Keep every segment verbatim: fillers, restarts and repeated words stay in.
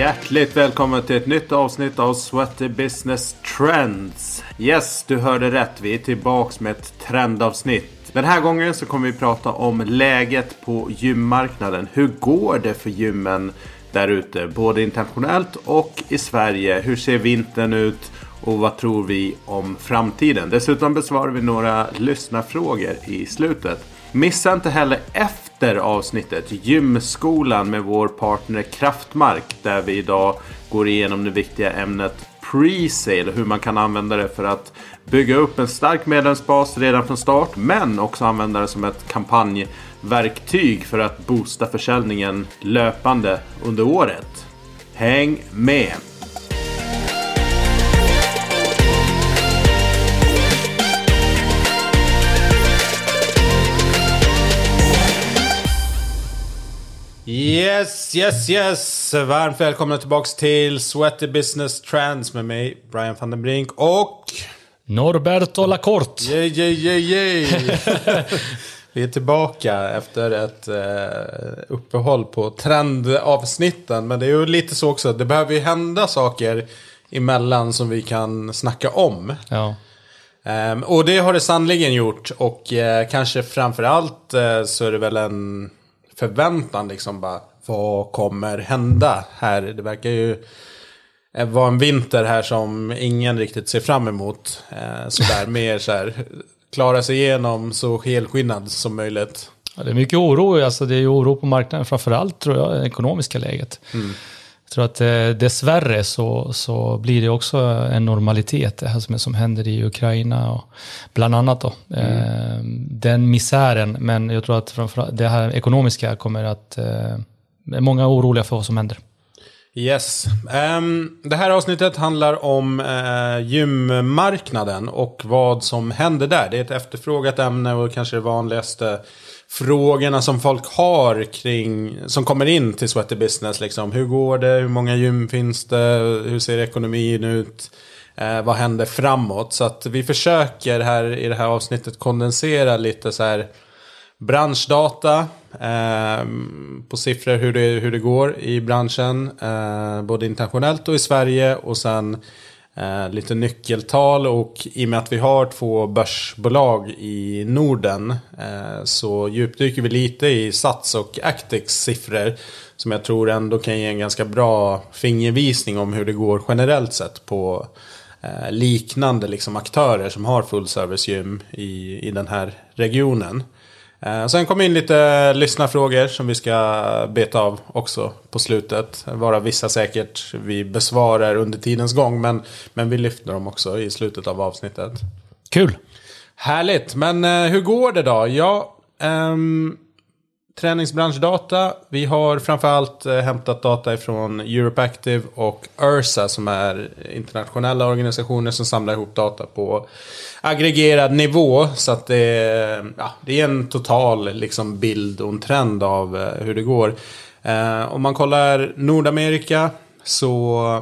Hjärtligt välkommen till ett nytt avsnitt av Sweaty Business Trends. Yes, du hörde rätt. Vi är tillbaks med ett trendavsnitt. Den här gången så kommer vi prata om läget på gymmarknaden. Hur går det för gymmen där ute? Både internationellt och i Sverige. Hur ser vintern ut? Och vad tror vi om framtiden? Dessutom besvarar vi några lyssnarfrågor i slutet. Missa inte heller efter avsnittet Gymskolan med vår partner Kraftmark, där vi idag går igenom det viktiga ämnet pre-sale, hur man kan använda det för att bygga upp en stark medlemsbas redan från start, men också använda det som ett kampanjverktyg för att boosta försäljningen löpande under året. Häng med! Yes, yes, yes. Varmt välkomna tillbaka till Sweaty Business Trends med mig, Brian van den Brink och Norberto Lacorte. Yay, yay, yay, yay. Vi är tillbaka efter ett eh, uppehåll på trendavsnitten. Men det är ju lite så också. Det behöver ju hända saker emellan som vi kan snacka om. Ja. Um, och det har det sannoliken gjort. Och eh, kanske framförallt eh, så är det väl en förväntan liksom bara, vad kommer hända här? Det verkar ju vara en vinter här som ingen riktigt ser fram emot. Eh, sådär mer så här, klara sig igenom så helskinnad som möjligt. Ja, det är mycket oro, alltså det är ju oro på marknaden, framförallt tror jag, det ekonomiska läget. Mm. Jag tror att eh, dessvärre så, så blir det också en normalitet, det här som, som händer i Ukraina och bland annat då. Mm. Eh, den misären, men jag tror att framförallt det här ekonomiska kommer att, eh, många är oroliga för vad som händer. Yes. Um, det här avsnittet handlar om uh, gymmarknaden och vad som händer där. Det är ett efterfrågat ämne och kanske det vanligaste frågorna som folk har kring, som kommer in till Sweaty Business. Liksom. Hur går det? Hur många gym finns det? Hur ser ekonomin ut? Uh, vad händer framåt? Så att vi försöker här i det här avsnittet kondensera lite så här branschdata eh, på siffror hur det, hur det går i branschen, eh, både internationellt och i Sverige, och sen eh, lite nyckeltal. Och i och med att vi har två börsbolag i Norden eh, så djupdyker vi lite i Sats och Actix siffror som jag tror ändå kan ge en ganska bra fingervisning om hur det går generellt sett på eh, liknande liksom, aktörer som har fullservice-gym i, i den här regionen. Sen kommer in lite lyssnarfrågor som vi ska beta av också på slutet. Vara vissa säkert vi besvarar under tidens gång, men, men vi lyfter dem också i slutet av avsnittet. Kul! Härligt, men hur går det då? Ja, um, träningsbranschdata. Vi har framförallt uh, hämtat data från Europe Active och Ursa som är internationella organisationer som samlar ihop data på aggregerad nivå, så att det, ja, det är en total liksom, bild och en trend av uh, hur det går. Uh, om man kollar Nordamerika så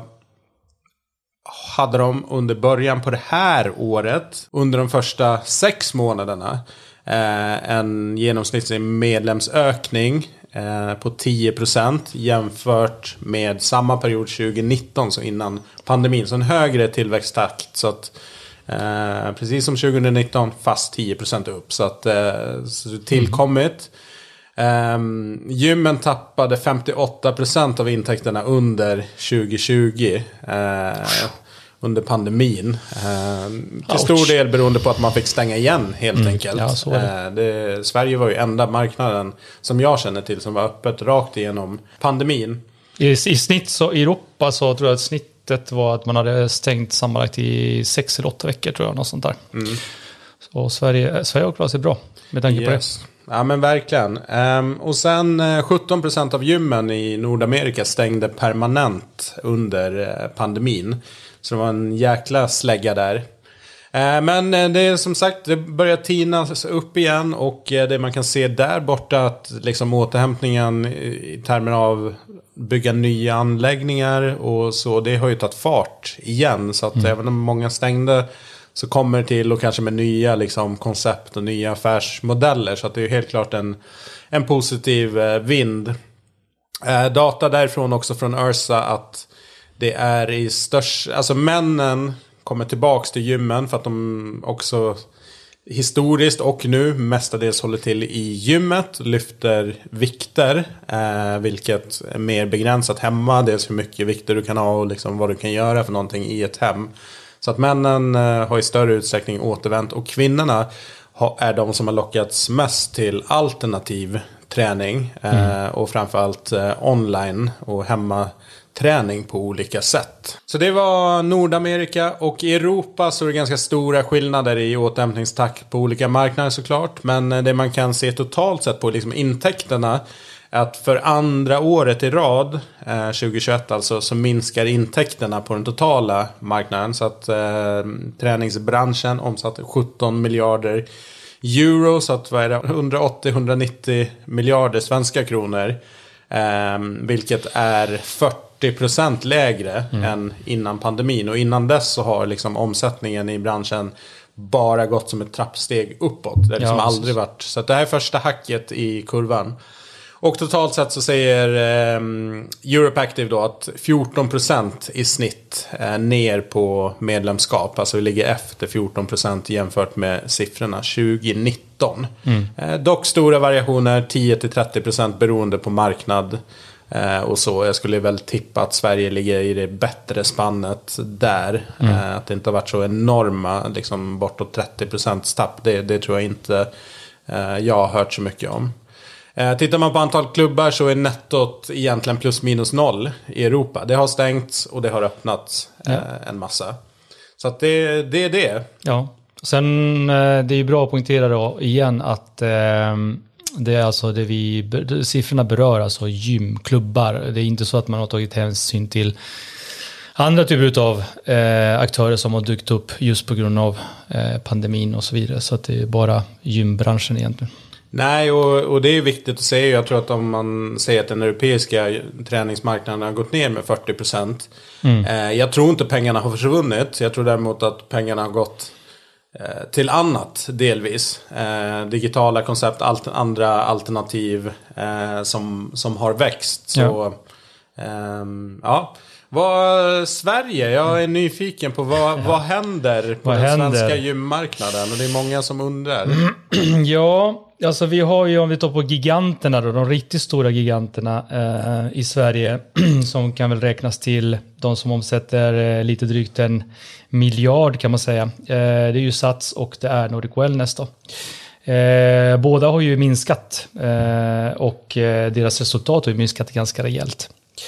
hade de under början på det här året, under de första sex månaderna, uh, en genomsnittlig medlemsökning uh, på tio procent jämfört med samma period tjugonitton, så innan pandemin. Så en högre tillväxttakt, så att Eh, precis som tjugonitton, fast tio procent upp. Så att eh, så tillkommit. eh, Gymmen tappade femtioåtta procent av intäkterna under tjugohundratjugo eh, under pandemin. eh, Till stor del beroende på att man fick stänga igen helt mm. enkelt. Ja, så är det. Eh, det, Sverige var ju enda marknaden som jag känner till som var öppet rakt igenom pandemin. I, i snitt så i Europa så tror jag att snitt det var att man hade stängt sammanlagt i sex eller åtta veckor tror jag, något sånt där. Mm. Så Sverige, Sverige har klarat sig bra med tanke yes. på det. Ja men verkligen. Um, och sen uh, sjutton procent av gymmen i Nordamerika stängde permanent under uh, pandemin. Så det var en jäkla slägga där. Uh, men uh, det är som sagt, det börjar tinas upp igen, och uh, det man kan se där borta att liksom återhämtningen i termer av bygga nya anläggningar och så, det har ju tagit fart igen. Så att mm. även om många stängde så kommer det till, och kanske med nya liksom, koncept och nya affärsmodeller. Så att det är helt klart en, en positiv eh, vind. Eh, data därifrån också från Ursa att det är i störst... Alltså männen kommer tillbaks till gymmen för att de också historiskt och nu mestadels håller till i gymmet. Lyfter vikter, eh, vilket är mer begränsat hemma. Dels hur mycket vikter du kan ha och liksom vad du kan göra för någonting i ett hem. Så att männen eh, har i större utsträckning återvänt. Och kvinnorna har, är de som har lockats mest till alternativ träning. Eh, mm. Och framförallt eh, online och hemmaträning på olika sätt. Så det var Nordamerika. Och i Europa så är det ganska stora skillnader i återhämtningstakt på olika marknader såklart. Men eh, det man kan se totalt sett på liksom intäkterna att för andra året i rad, eh, tjugohundratjugoett alltså, så minskar intäkterna på den totala marknaden. Så att eh, träningsbranschen omsatte sjutton miljarder euro, så att vad är det, hundraåttio till hundranittio miljarder svenska kronor. Eh, vilket är fyrtio procent lägre mm. än innan pandemin. Och innan dess så har liksom omsättningen i branschen bara gått som ett trappsteg uppåt. Det har liksom ja, aldrig varit. Så att det här är första hacket i kurvan. Och totalt sett så säger eh, Europe Active då att fjorton procent i snitt eh, ner på medlemskap. Alltså vi ligger efter fjorton procent jämfört med siffrorna tjugonitton. Mm. Eh, dock stora variationer, tio till trettio procent beroende på marknad. Eh, och så, jag skulle väl tippa att Sverige ligger i det bättre spannet där. Mm. Eh, att det inte har varit så enorma, liksom bortåt trettio procent tapp. Det, det tror jag inte eh, jag har hört så mycket om. Eh, tittar man på antal klubbar så är nettot egentligen plus minus noll i Europa. Det har stängts och det har öppnat eh, ja. en massa. Så att det, det är det. Ja, sen eh, det är ju bra att poängtera då igen att eh, det är alltså det vi, siffrorna berör alltså gymklubbar. Det är inte så att man har tagit hänsyn till andra typer av eh, aktörer som har dykt upp just på grund av eh, pandemin och så vidare. Så att det är bara gymbranschen egentligen. Nej, och, och det är viktigt att säga. Jag tror att om man säger att den europeiska träningsmarknaden har gått ner med fyrtio procent. Mm. Eh, jag tror inte pengarna har försvunnit. Jag tror däremot att pengarna har gått eh, till annat delvis. Eh, digitala koncept, allt, andra alternativ eh, som, som har växt. Så ja. Eh, ja. Vad Sverige, jag är nyfiken på vad, vad händer på vad den händer? svenska gymmarknaden. Och det är många som undrar. Ja, alltså vi har ju, om vi tar på giganterna då, de riktigt stora giganterna eh, i Sverige som kan väl räknas till de som omsätter eh, lite drygt en miljard kan man säga. Eh, det är ju Sats och det är Nordic Wellness då. Eh, båda har ju minskat eh, och eh, deras resultat har ju minskat ganska rejält.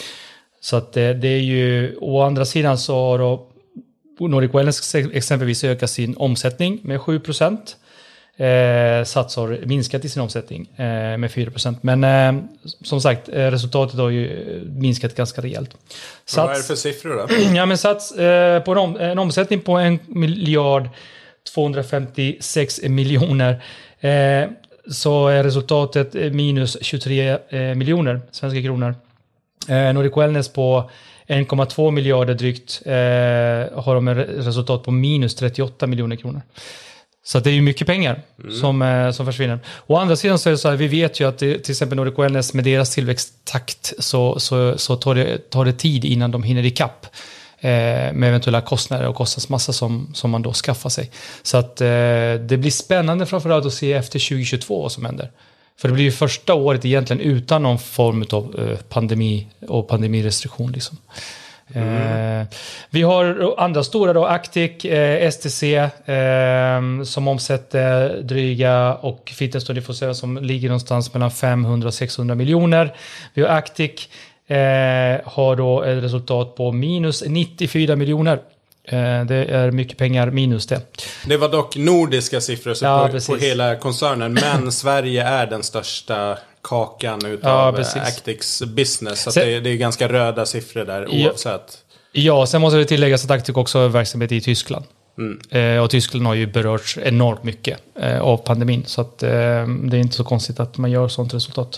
Så att det, det är ju, å andra sidan så har då Nordic Wellness exempelvis ökat sin omsättning med sju procent. Eh, Sats har minskat i sin omsättning eh, med fyra procent. Men eh, som sagt, resultatet har ju minskat ganska rejält. Sats, vad är det för siffror då? Ja, men Sats eh, på en, om, en omsättning på en miljard tvåhundrafemtiosex miljoner. Eh, så är resultatet minus tjugotre eh, miljoner svenska kronor. Eh, Nordic Wellness på en komma två miljarder drygt eh, har de ett resultat på minus trettioåtta miljoner kronor. Så det är ju mycket pengar mm. som, eh, som försvinner. Å andra sidan så är det så här, vi vet ju att det, till exempel Nordic Wellness med deras tillväxttakt så, så, så tar, det, tar det tid innan de hinner ikapp eh, med eventuella kostnader och kostnadsmassa som, som man då skaffar sig. Så att eh, det blir spännande framförallt att se efter tjugohundratjugotvå vad som händer. För det blir ju första året egentligen utan någon form av eh, pandemi och pandemirestriktion liksom. Mm. Eh, vi har andra stora då, Actic, eh, S T C eh, som omsätter dryga och Fitness tjugofyra som ligger någonstans mellan femhundra och sexhundra miljoner. Vi har Actic eh, har då ett resultat på minus nittiofyra miljoner. Det är mycket pengar minus det. Det var dock nordiska siffror så ja, på, på hela koncernen. Men Sverige är den största kakan utav ja, Actics business. Så sen, det, det är ganska röda siffror där oavsett. Ja, sen måste det tilläggas att Actic också har verksamhet i Tyskland. Mm. Eh, och Tyskland har ju berörts enormt mycket eh, av pandemin. Så att, eh, det är inte så konstigt att man gör sånt resultat.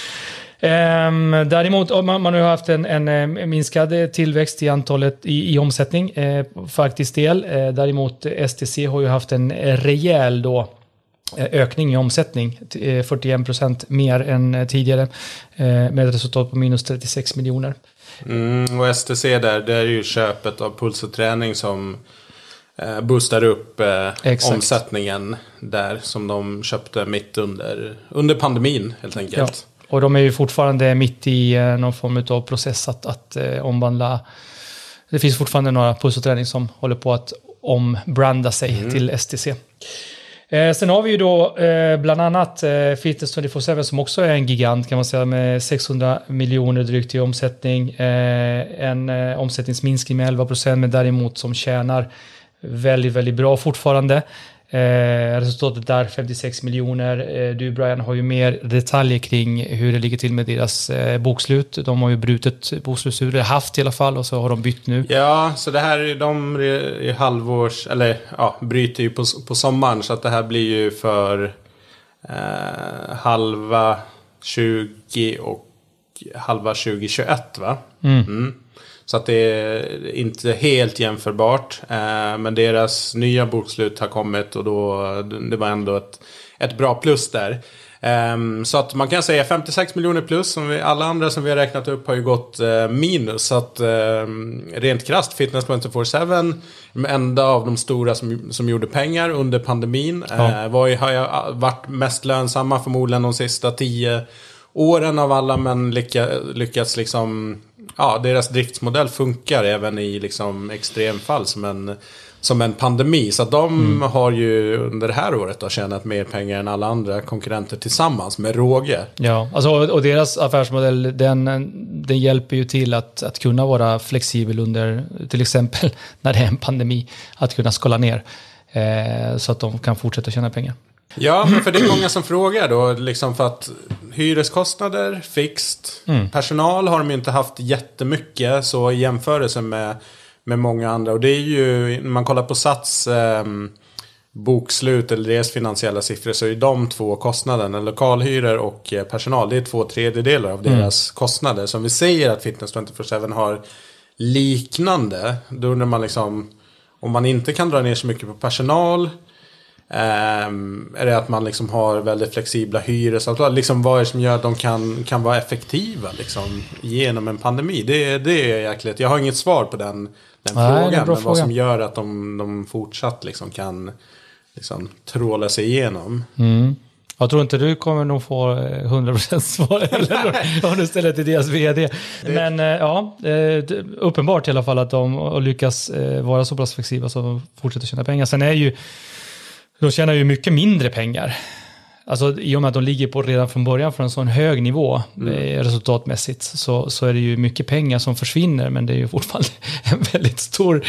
Um, däremot man, man har haft en, en, en minskad tillväxt i antalet i, i omsättning eh, faktiskt del. Eh, däremot S T C har ju haft en rejäl då ökning i omsättning, fyrtioen procent mer än tidigare, med ett resultat på minus trettiosex miljoner. Mm, och S T C där, det är ju köpet av Puls och Träning som eh, boostar upp eh, omsättningen där, som de köpte mitt under, under pandemin helt enkelt. Ja. Och de är ju fortfarande mitt i eh, någon form av process att, att eh, omvandla. Det finns fortfarande några Puls och Träning som håller på att ombranda sig mm. till S T C. Eh, sen har vi ju då eh, bland annat eh, Fitness tjugofyra sju som också är en gigant kan man säga, med sexhundra miljoner drygt i omsättning. Eh, en eh, omsättningsminskning med elva procent, men däremot som tjänar väldigt, väldigt bra fortfarande. Eh, resultatet där femtiosex miljoner. Eh, du Brian har ju mer detaljer kring hur det ligger till med deras eh, bokslut. De har ju brutit bokslutsur, eller haft i alla fall, och så har de bytt nu. Ja, så det här är de i halvårs, eller ja, bryter ju på, på sommaren, så att det här blir ju för eh, halva tjugo och halva tjugohundratjugoett, va? Mm. Mm. Så att det är inte helt jämförbart. Eh, men deras nya bokslut har kommit och då det var ändå ett, ett bra plus där. Eh, så att man kan säga femtiosex miljoner plus. Som vi, alla andra som vi har räknat upp har ju gått eh, minus. Så att eh, rent krasst, Fitness tjugofyra sju, de enda av de stora som, som gjorde pengar under pandemin. Ja. Eh, var ju, har ju varit mest lönsamma förmodligen de sista tio åren av alla, men lycka, lyckats liksom, ja, deras driftsmodell funkar även i liksom extremfall som en, som en pandemi. Så att de mm. har ju under det här året då tjänat mer pengar än alla andra konkurrenter tillsammans med råge. Ja, alltså, och deras affärsmodell, den, den hjälper ju till att, att kunna vara flexibel under, till exempel när det är en pandemi, att kunna skala ner eh, så att de kan fortsätta tjäna pengar. Ja, men för det är många som frågar då, liksom, för att hyreskostnader, fixt, mm. personal har de ju inte haft jättemycket, så i jämförelse med, med många andra. Och det är ju, när man kollar på Sats eh, bokslut eller deras finansiella siffror, så är de två kostnaderna, lokalhyror och eh, personal, det är två tredjedelar av deras mm. kostnader. Så om vi säger att Fitness tjugofyra sju har liknande, då undrar man liksom, om man inte kan dra ner så mycket på personal, Um, är det att man liksom har väldigt flexibla hyresavtal, liksom vad är det som gör att de kan, kan vara effektiva liksom, genom en pandemi? Det, det är jäkligt. Jag har inget svar på den, den Nej, frågan, men fråga. Vad som gör att de, de fortsatt liksom kan liksom tråla sig igenom. Mm. Jag tror inte du kommer nog få hundra procent svar eller om du ställer till deras vd. Det. Men ja, uppenbart i alla fall att de lyckas vara så pass flexibla så de fortsätter tjäna pengar. Sen är ju de tjänar ju mycket mindre pengar. Alltså i och med att de ligger på redan från början från en sån hög nivå mm. resultatmässigt, så, så är det ju mycket pengar som försvinner, men det är ju fortfarande en väldigt stor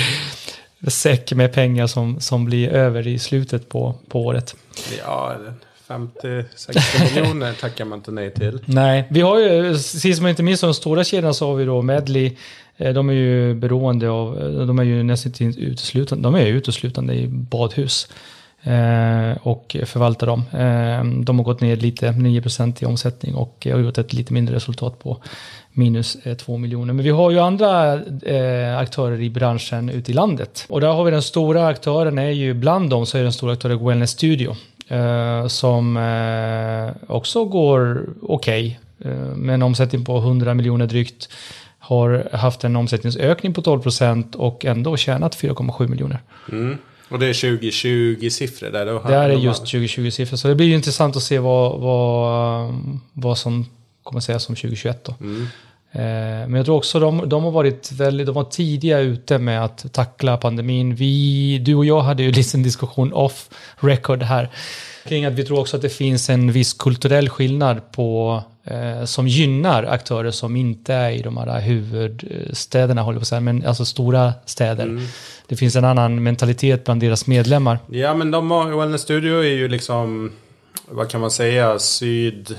säck med pengar som, som blir över i slutet på, på året. Ja, femtio sextio miljoner tackar man inte nej till. Nej, vi har ju, precis som inte minst de stora kedjorna, så har vi då Medley. De är ju beroende av, de är ju nästan uteslutande, de är ju uteslutande i badhus. Eh, och förvaltar dem. Eh, de har gått ner lite, nio procent i omsättning, och har gjort ett lite mindre resultat på minus eh, två miljoner. Men vi har ju andra eh, aktörer i branschen ute i landet. Och där har vi den stora aktören, är ju bland dem så är den stora aktören Wellness Studio. Eh, som eh, också går okej. Okay, eh, med en omsättning på hundra miljoner drygt. Har haft en omsättningsökning på tolv procent och ändå tjänat fyra komma sju miljoner. Mm. Och det är tjugo tjugo-siffror där då? Det är just tjugo tjugo-siffror. Så det blir ju intressant att se vad, vad, vad som kommer sägas som tjugo tjugoett då. Mm. Eh, men jag tror också de, de har varit väldigt, de var tidiga ute med att tackla pandemin. Vi, du och jag hade ju en diskussion off record här kring att vi tror också att det finns en viss kulturell skillnad på eh, som gynnar aktörer som inte är i de här huvudstäderna, håller på att säga, men alltså stora städer. Mm. Det finns en annan mentalitet bland deras medlemmar. Ja, men de har, Wellness Studio är ju liksom, vad kan man säga, syd,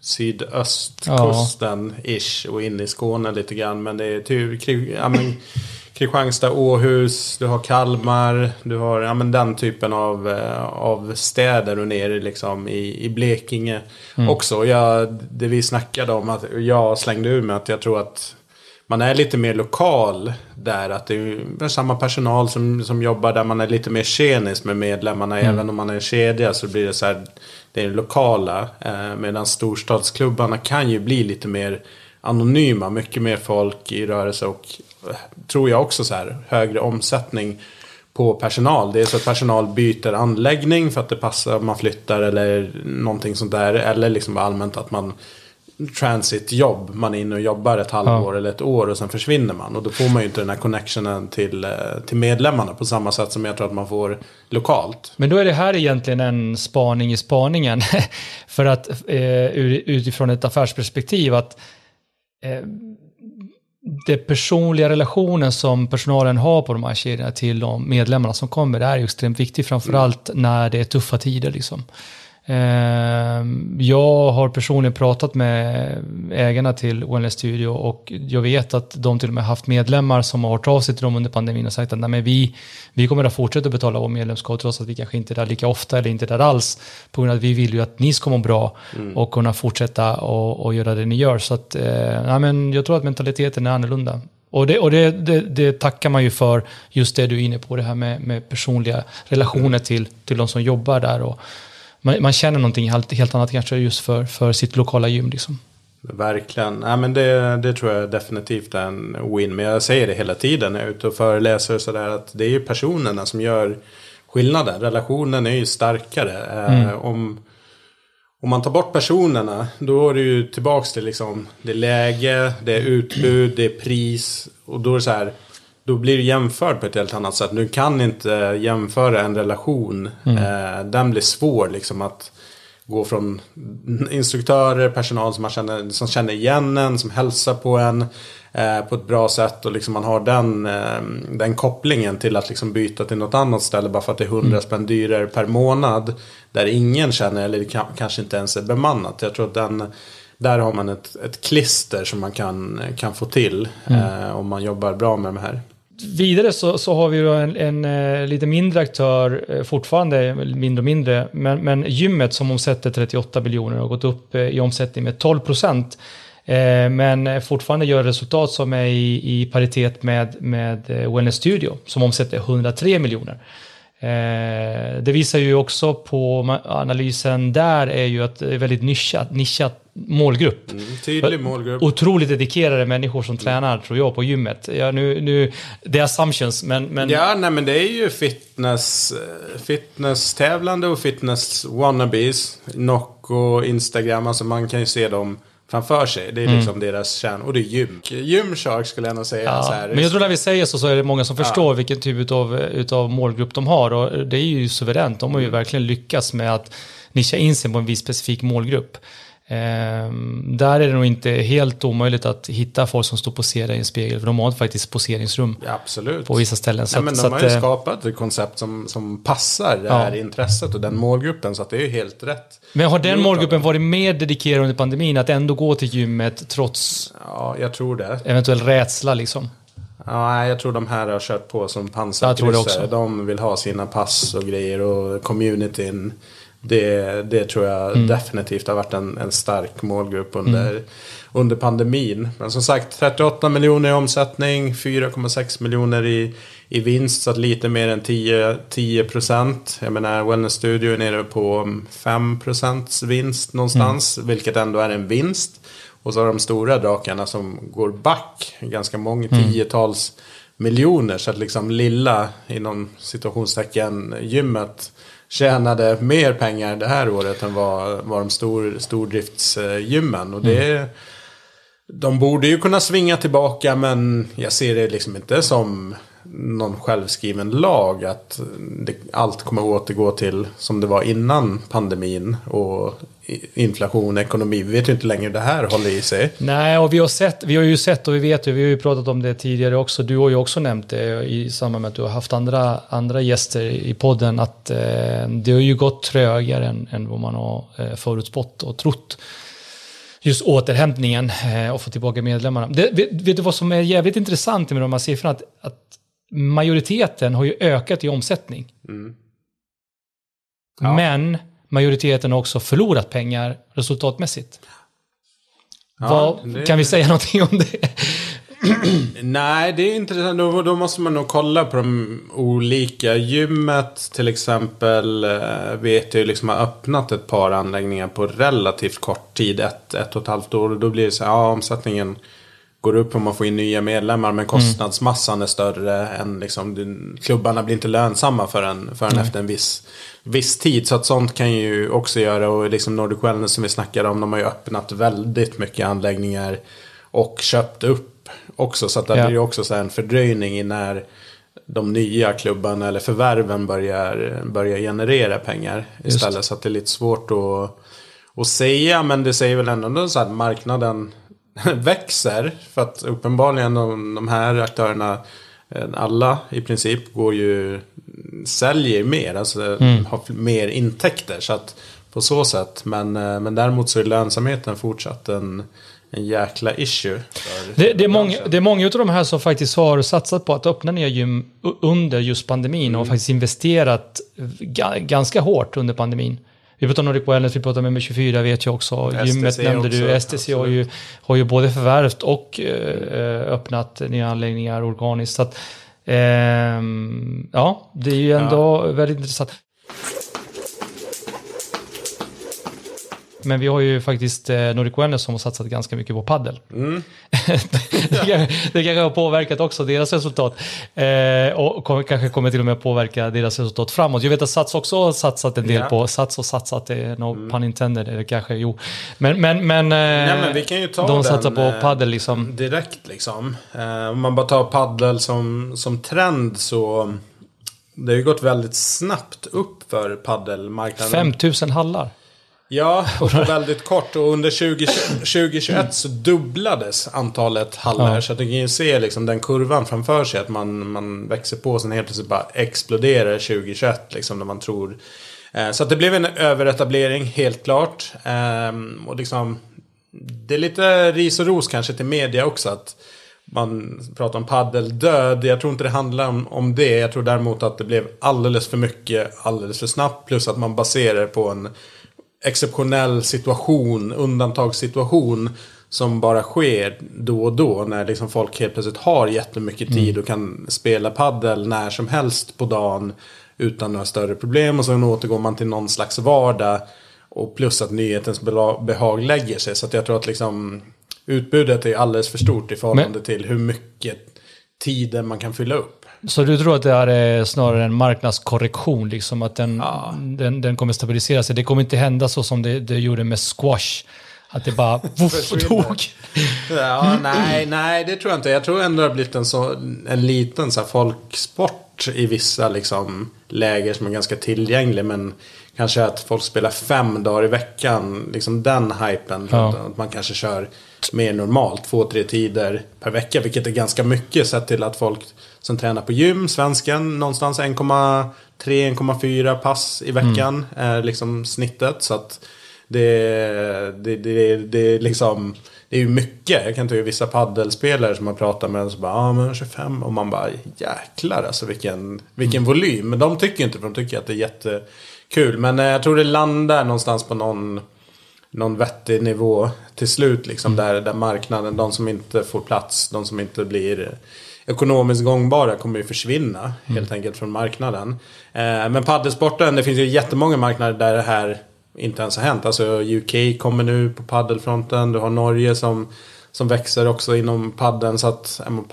sydöstkusten-ish och in i Skåne lite grann. Men det är typ, ja, men, Kristianstad, Åhus, du har Kalmar, du har ja, men den typen av, av städer och nere liksom i, i Blekinge mm. också. Jag, det vi snackade om, att jag slängde ur med att jag tror att man är lite mer lokal där. Att det är samma personal som, som jobbar där. Man är lite mer tjenis med medlemmarna. Mm. Även om man är en kedja så blir det så här, det är lokala. Eh, medan storstadsklubbarna kan ju bli lite mer anonyma. Mycket mer folk i rörelse och tror jag också så här högre omsättning på personal. Det är så att personal byter anläggning för att det passar, man flyttar eller någonting sånt där. Eller liksom allmänt att man transitjobb, man är inne och jobbar ett halvår ja. eller ett år och sen försvinner man. Och då får man ju inte den här connectionen till, till medlemmarna på samma sätt som jag tror att man får lokalt. Men då är det här egentligen en spaning i spaningen. För att eh, utifrån ett affärsperspektiv att eh, det personliga relationen som personalen har på de här kedjorna till de medlemmarna som kommer, det är ju extremt viktigt, framförallt mm. när det är tuffa tider liksom. Jag har personligen pratat med ägarna till Wellness Studio och jag vet att de till och med haft medlemmar som har hört av sig till dem under pandemin och sagt att nej, men vi, vi kommer att fortsätta betala vår medlemskap trots att vi kanske inte är där lika ofta eller inte där alls, på grund av att vi vill ju att ni ska må bra mm. och kunna fortsätta och, och göra det ni gör. Så att, nej, men jag tror att mentaliteten är annorlunda. Och, det, och det, det, det tackar man ju för, just det du är inne på, det här med, med personliga relationer till, till de som jobbar där, och Man, man känner någonting helt, helt annat kanske just för, för sitt lokala gym liksom. Verkligen. Ja, men det, det tror jag definitivt är en win. Men jag säger det hela tiden när jag är ute och föreläser och sådär, att det är ju personerna som gör skillnaden. Relationen är ju starkare. Mm. Eh, om, om man tar bort personerna, då är det ju tillbaks till liksom, det är läge, det är utbud, det är pris. Och då är det så här, då blir det jämfört på ett helt annat sätt. Du kan inte jämföra en relation. Mm. Eh, den blir svår liksom att gå från instruktörer, personal som man känner, som känner igen en, som hälsar på en eh, på ett bra sätt, och liksom man har den, eh, den kopplingen till att liksom byta till något annat ställe bara för att det är hundra mm. spänn dyrare per månad där ingen känner, eller kan, kanske inte ens är bemannat. Jag tror att den, där har man ett, ett klister som man kan, kan få till mm. eh, om man jobbar bra med det här. Vidare så, så har vi ju en, en, en lite mindre aktör, fortfarande mindre och mindre, men, men gymmet som omsätter trettioåtta miljoner och gått upp i omsättning med tolv procent. Eh, men fortfarande gör resultat som är i, i paritet med, med Wellness Studio som omsätter hundratre miljoner. Eh, det visar ju också på analysen där är ju att det är väldigt nischat, nischat målgrupp. Mm, tydlig målgrupp. Otroligt dedikerade människor som mm. tränar, tror jag, på gymmet. Ja, nu, nu, det är assumptions, men... men... Ja, nej, men det är ju fitness, fitness-tävlande och fitness-wannabes. Nocco, Instagram, alltså man kan ju se dem framför sig. Det är liksom mm. deras kärn. Och det är gym. Gymshark skulle jag nog säga. Ja, så här. Men jag tror när vi säger så, så är det många som förstår ja. vilken typ av utav målgrupp de har. Och det är ju suveränt. De har ju mm. verkligen lyckats med att nischa in sig på en viss specifik målgrupp. Ehm, där är det nog inte helt omöjligt att hitta folk som står poserade i en spegel, för de har faktiskt poseringsrum ja, absolut. på vissa ställen. Så, ja, men de så har att, ju skapat ett koncept som, som passar det här ja. intresset och den målgruppen, så att det är ju helt rätt. Men har den målgruppen varit mer dedikerad under pandemin att ändå gå till gymmet trots ja, jag tror det. eventuell rädsla liksom? Ja, jag tror de här har kört på som pansarkryssare. De vill ha sina pass och grejer, och communityn. Det, det tror jag mm. definitivt har varit en, en stark målgrupp under, mm. under pandemin. Men som sagt, trettioåtta miljoner i omsättning, fyra komma sex miljoner i, i vinst, så att lite mer än tio procent. Jag menar, Wellness Studio är nere på fem procent vinst någonstans, mm. vilket ändå är en vinst. Och så har de stora drakarna som går back, ganska många, mm. tiotals miljoner. Så att liksom lilla, inom situationstecken, gymmet tjänade mer pengar det här året än vad, vad de stor, stordriftsgymmen. Och det, mm. de borde ju kunna svinga tillbaka, men jag ser det liksom inte som någon självskriven lag att det, allt kommer återgå till som det var innan pandemin och inflation, ekonomi. Vi vet ju inte längre det här håller i sig. Nej, och vi har sett, vi har ju sett och vi vet ju, vi har ju pratat om det tidigare också. Du har ju också nämnt det i samband med att du har haft andra, andra gäster i podden, att eh, det har ju gått trögare än, än vad man har eh, förutspått och trott. Just återhämtningen eh, och få tillbaka medlemmarna. Det, vet, vet du vad som är jävligt intressant med de här siffrorna? Att, att majoriteten har ju ökat i omsättning. Mm. Ja. Men majoriteten har också förlorat pengar resultatmässigt. Ja, Vad, det... Kan vi säga någonting om det? Nej, det är intressant. Då, då måste man nog kolla på de olika. Gymmet till exempel vet jag liksom har öppnat ett par anläggningar på relativt kort tid. Ett, ett och ett halvt år. Och då blir det så här, ja, omsättningen går upp om man får in nya medlemmar. Men kostnadsmassan är större än liksom, klubbarna blir inte lönsamma förrän, förrän mm. efter en viss, viss tid. Så att sånt kan ju också göra. Och liksom Nordic Wellness som vi snackade om, de har ju öppnat väldigt mycket anläggningar och köpt upp också, så att det ja. blir också så här en fördröjning i när de nya klubbarna eller förvärven börjar, börjar generera pengar istället. Just. Så att det är lite svårt att, att säga, men det säger väl ändå så att marknaden växer, för att uppenbarligen de, de här aktörerna, alla i princip går ju, säljer mer, alltså mm. har mer intäkter, så att på så sätt, men, men däremot så är lönsamheten fortsatt en En jäkla issue. Det, det, är många, det är många av de här som faktiskt har satsat på att öppna nya gym under just pandemin mm. och faktiskt investerat ga, ganska hårt under pandemin. Vi pratar om Nordic Wellness, vi pratar med M tjugofyra, vet jag också. S T C Gymmet nämnde också, du. S T C har ju, har ju både förvärvt och eh, öppnat nya anläggningar organiskt. Så att, eh, ja, det är ju ändå ja. väldigt intressant. Men vi har ju faktiskt eh, Nordic Wellness som har satsat ganska mycket på paddel. Mm. det, det kanske har påverkat också deras resultat. Eh, och kom, kanske kommer till och med påverka deras resultat framåt. Jag vet att Sats också har satsat en del yeah. på. Sats och satsat, det är no mm. pun intended, eller kanske, jo. Men, men, men, eh, Nej, men vi kan ju ta de den, satsar på paddel liksom. Direkt liksom. Eh, om man bara tar paddel som, som trend, så det har ju gått väldigt snabbt upp för paddelmarknaden. fem tusen hallar. Ja, och väldigt kort. Och under tjugo tjugoett så dubblades antalet hallar. Ja. Så att du kan ju se liksom den kurvan framför sig. Att man, man växer på, sen helt plötsligt bara exploderar tjugo tjugoett. Liksom, när man tror. Eh, så att det blev en överetablering, helt klart. Eh, och liksom, det är lite ris och ros kanske till media också. Att man pratar om paddeldöd. Jag tror inte det handlar om, om det. Jag tror däremot att det blev alldeles för mycket, alldeles för snabbt. Plus att man baserar på en exceptionell situation, undantagssituation som bara sker då och då, när liksom folk helt plötsligt har jättemycket tid mm. och kan spela paddel när som helst på dagen utan några större problem, och så återgår man till någon slags vardag, och plus att nyhetens behag lägger sig. Så att jag tror att liksom utbudet är alldeles för stort i förhållande Men... till hur mycket tiden man kan fylla upp. Så du tror att det är snarare en marknadskorrektion, liksom att den, ja. den, den kommer stabilisera sig? Det kommer inte hända så som det, det gjorde med squash, att det bara voff, tog. Ja, nej, nej, det tror jag inte. Jag tror ändå det har blivit en, så, en liten så här, folksport i vissa liksom, läger som är ganska tillgänglig, men kanske att folk spelar fem dagar i veckan, liksom den hypen, ja. att man kanske kör mer normalt, två, tre tider per vecka, vilket är ganska mycket sett till att folk som tränar på gym, svensken, någonstans en komma tre till en komma fyra pass i veckan mm. är liksom snittet, så att det, det, det, det, liksom, det är ju mycket. Jag kan ta ju vissa paddelspelare som man pratar med och så bara, ja ah, men tjugofem, och man bara, jäklar alltså vilken, vilken mm. volym, men de tycker inte, för de tycker att det är jättekul, men jag tror det landar någonstans på någon någon vettig nivå till slut liksom, mm. där, där marknaden, de som inte får plats, de som inte blir ekonomiskt gångbara kommer ju försvinna mm. helt enkelt från marknaden. Eh, men paddelsporten, det finns ju jättemånga marknader där det här inte ens har hänt. Alltså U K kommer nu på paddelfronten, du har Norge som, som växer också inom paddeln, så att är man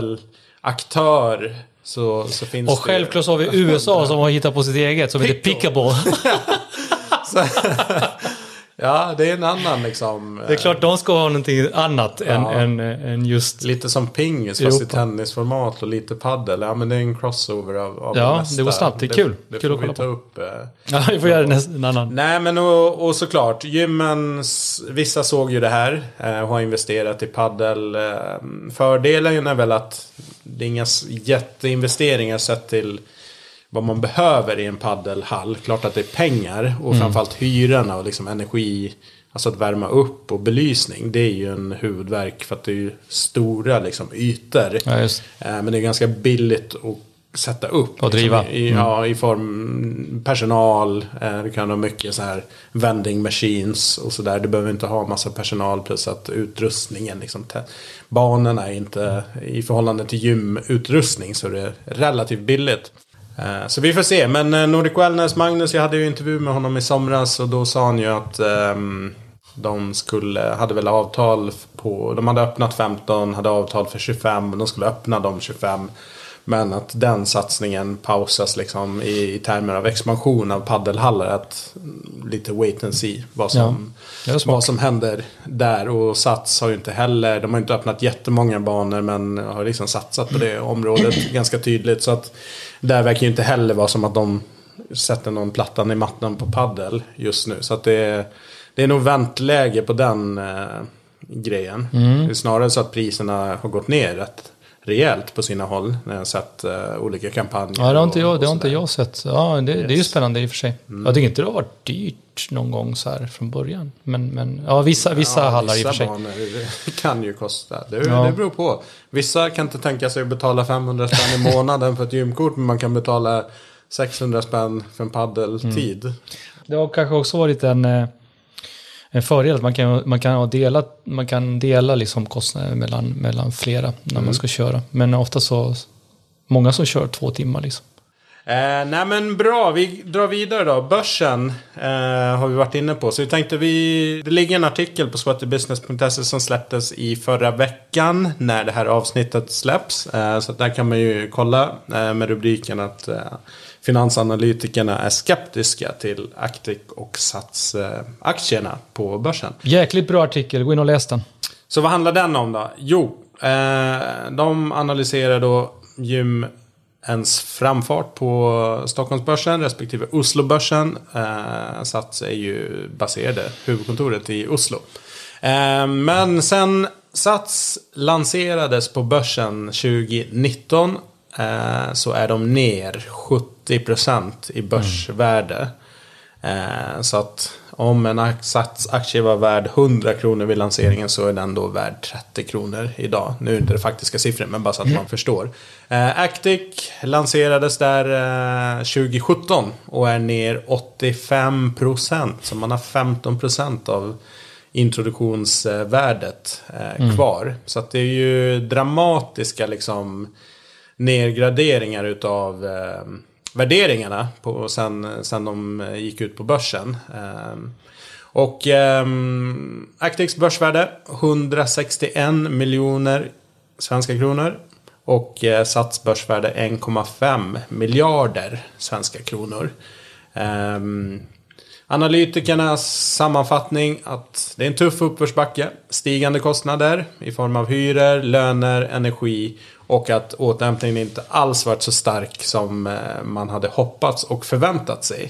paddelaktör så, så finns och det. Och självklart så har vi U S A som har hittat på sitt eget som heter Pickleball. så, ja, det är en annan liksom. Det är klart de ska ha någonting annat ja. än, än, än just... Lite som pingis fast i tennisformat och lite paddel. Ja, men det är en crossover av, av ja, det mesta. det går snabbt. Det är kul. Det, det kul får att kolla vi ta på. upp. Eh, ja, vi får göra det en annan. Nej, men och, och såklart. Gymmens, vissa såg ju det här eh, och har investerat i paddel. Eh, fördelen är väl att det är inga jätteinvesteringar sett till vad man behöver i en paddelhall. Klart att det är pengar och mm. framförallt hyrorna och liksom energi, alltså att värma upp och belysning. Det är ju en huvudverk för att det är ju stora liksom ytor. Ja, just. Men det är ganska billigt att sätta upp. Och driva. Liksom, i, mm. Ja, i form personal. Eh, du kan ha mycket så här vending machines och sådär. Du behöver inte ha massa personal plus att utrustningen liksom, te- banorna är inte i förhållande till gymutrustning så det är relativt billigt. Eh, så vi får se. Men eh, Nordic Wellness, Magnus, jag hade ju intervju med honom i somras och då sa han ju att ehm, de skulle, hade väl avtal på, de hade öppnat femton, hade avtal för tjugofem och de skulle öppna de tjugofem. Men att den satsningen pausas liksom i, i termer av expansion av paddelhallar. Att lite wait and see vad som, ja, vad som händer där. Och Sats har ju inte heller, de har inte öppnat jättemånga banor men har liksom satsat på det området ganska tydligt. Så att där verkar ju inte heller vara som att de sätter någon plattan i mattan på paddel just nu. Så att det är, det är nog väntläge på den eh, grejen. Mm. Det är snarare så att priserna har gått ner rätt rejält på sina håll när jag har sett uh, olika kampanjer. Ja, det har inte jag, det har inte jag sett. Ja, det, yes. det är ju spännande i och för sig. Mm. Jag tycker inte det har varit dyrt någon gång så här från början. Men, men ja, vissa, vissa ja, hallar vissa i och för sig. Banor, det kan ju kosta. Det, ja. det beror på. Vissa kan inte tänka sig att betala femhundra spänn i månaden för ett gymkort, men man kan betala sexhundra spänn för en paddeltid. Mm. Det har kanske också varit en... En fördel att man kan, man kan dela, man kan dela liksom kostnader mellan, mellan flera när mm. man ska köra. Men ofta så, många som kör två timmar liksom. Eh, nej men bra, vi drar vidare då. Börsen eh, har vi varit inne på. Så vi tänkte vi, det ligger en artikel på sweaterbusiness punkt se som släpptes i förra veckan när det här avsnittet släpps. Eh, så där kan man ju kolla eh, med rubriken att eh, finansanalytikerna är skeptiska till Actic och Sats eh, aktierna på börsen. Jäkligt bra artikel, gå in och läs den. Så vad handlar den om då? Jo, eh, de analyserar då gym ens framfart på Stockholmsbörsen respektive Oslobörsen. Eh, Sats är ju baserade huvudkontoret i Oslo. Eh, men sen Sats lanserades på börsen tjugonitton eh, så är de ner sjuttio procent i börsvärde. Eh, så att om en Sats-aktie var värd hundra kronor vid lanseringen så är den då värd trettio kronor idag. Nu är det inte det faktiska siffror, men bara så att man förstår. Eh, Actic lanserades där eh, tjugosjutton och är ner åttiofem procent. Så man har femton procent av introduktionsvärdet eh, mm. kvar. Så att det är ju dramatiska liksom nedgraderingar utav... Eh, värderingarna på, sen, sen de gick ut på börsen. Um, och um, Actics börsvärde hundrasextioen miljoner svenska kronor. Och uh, Sats börsvärde en komma fem miljarder svenska kronor. Um, Analytikernas sammanfattning att det är en tuff uppförsbacke. Stigande kostnader i form av hyror, löner, energi. Och att återhämtningen inte alls varit så stark som man hade hoppats och förväntat sig.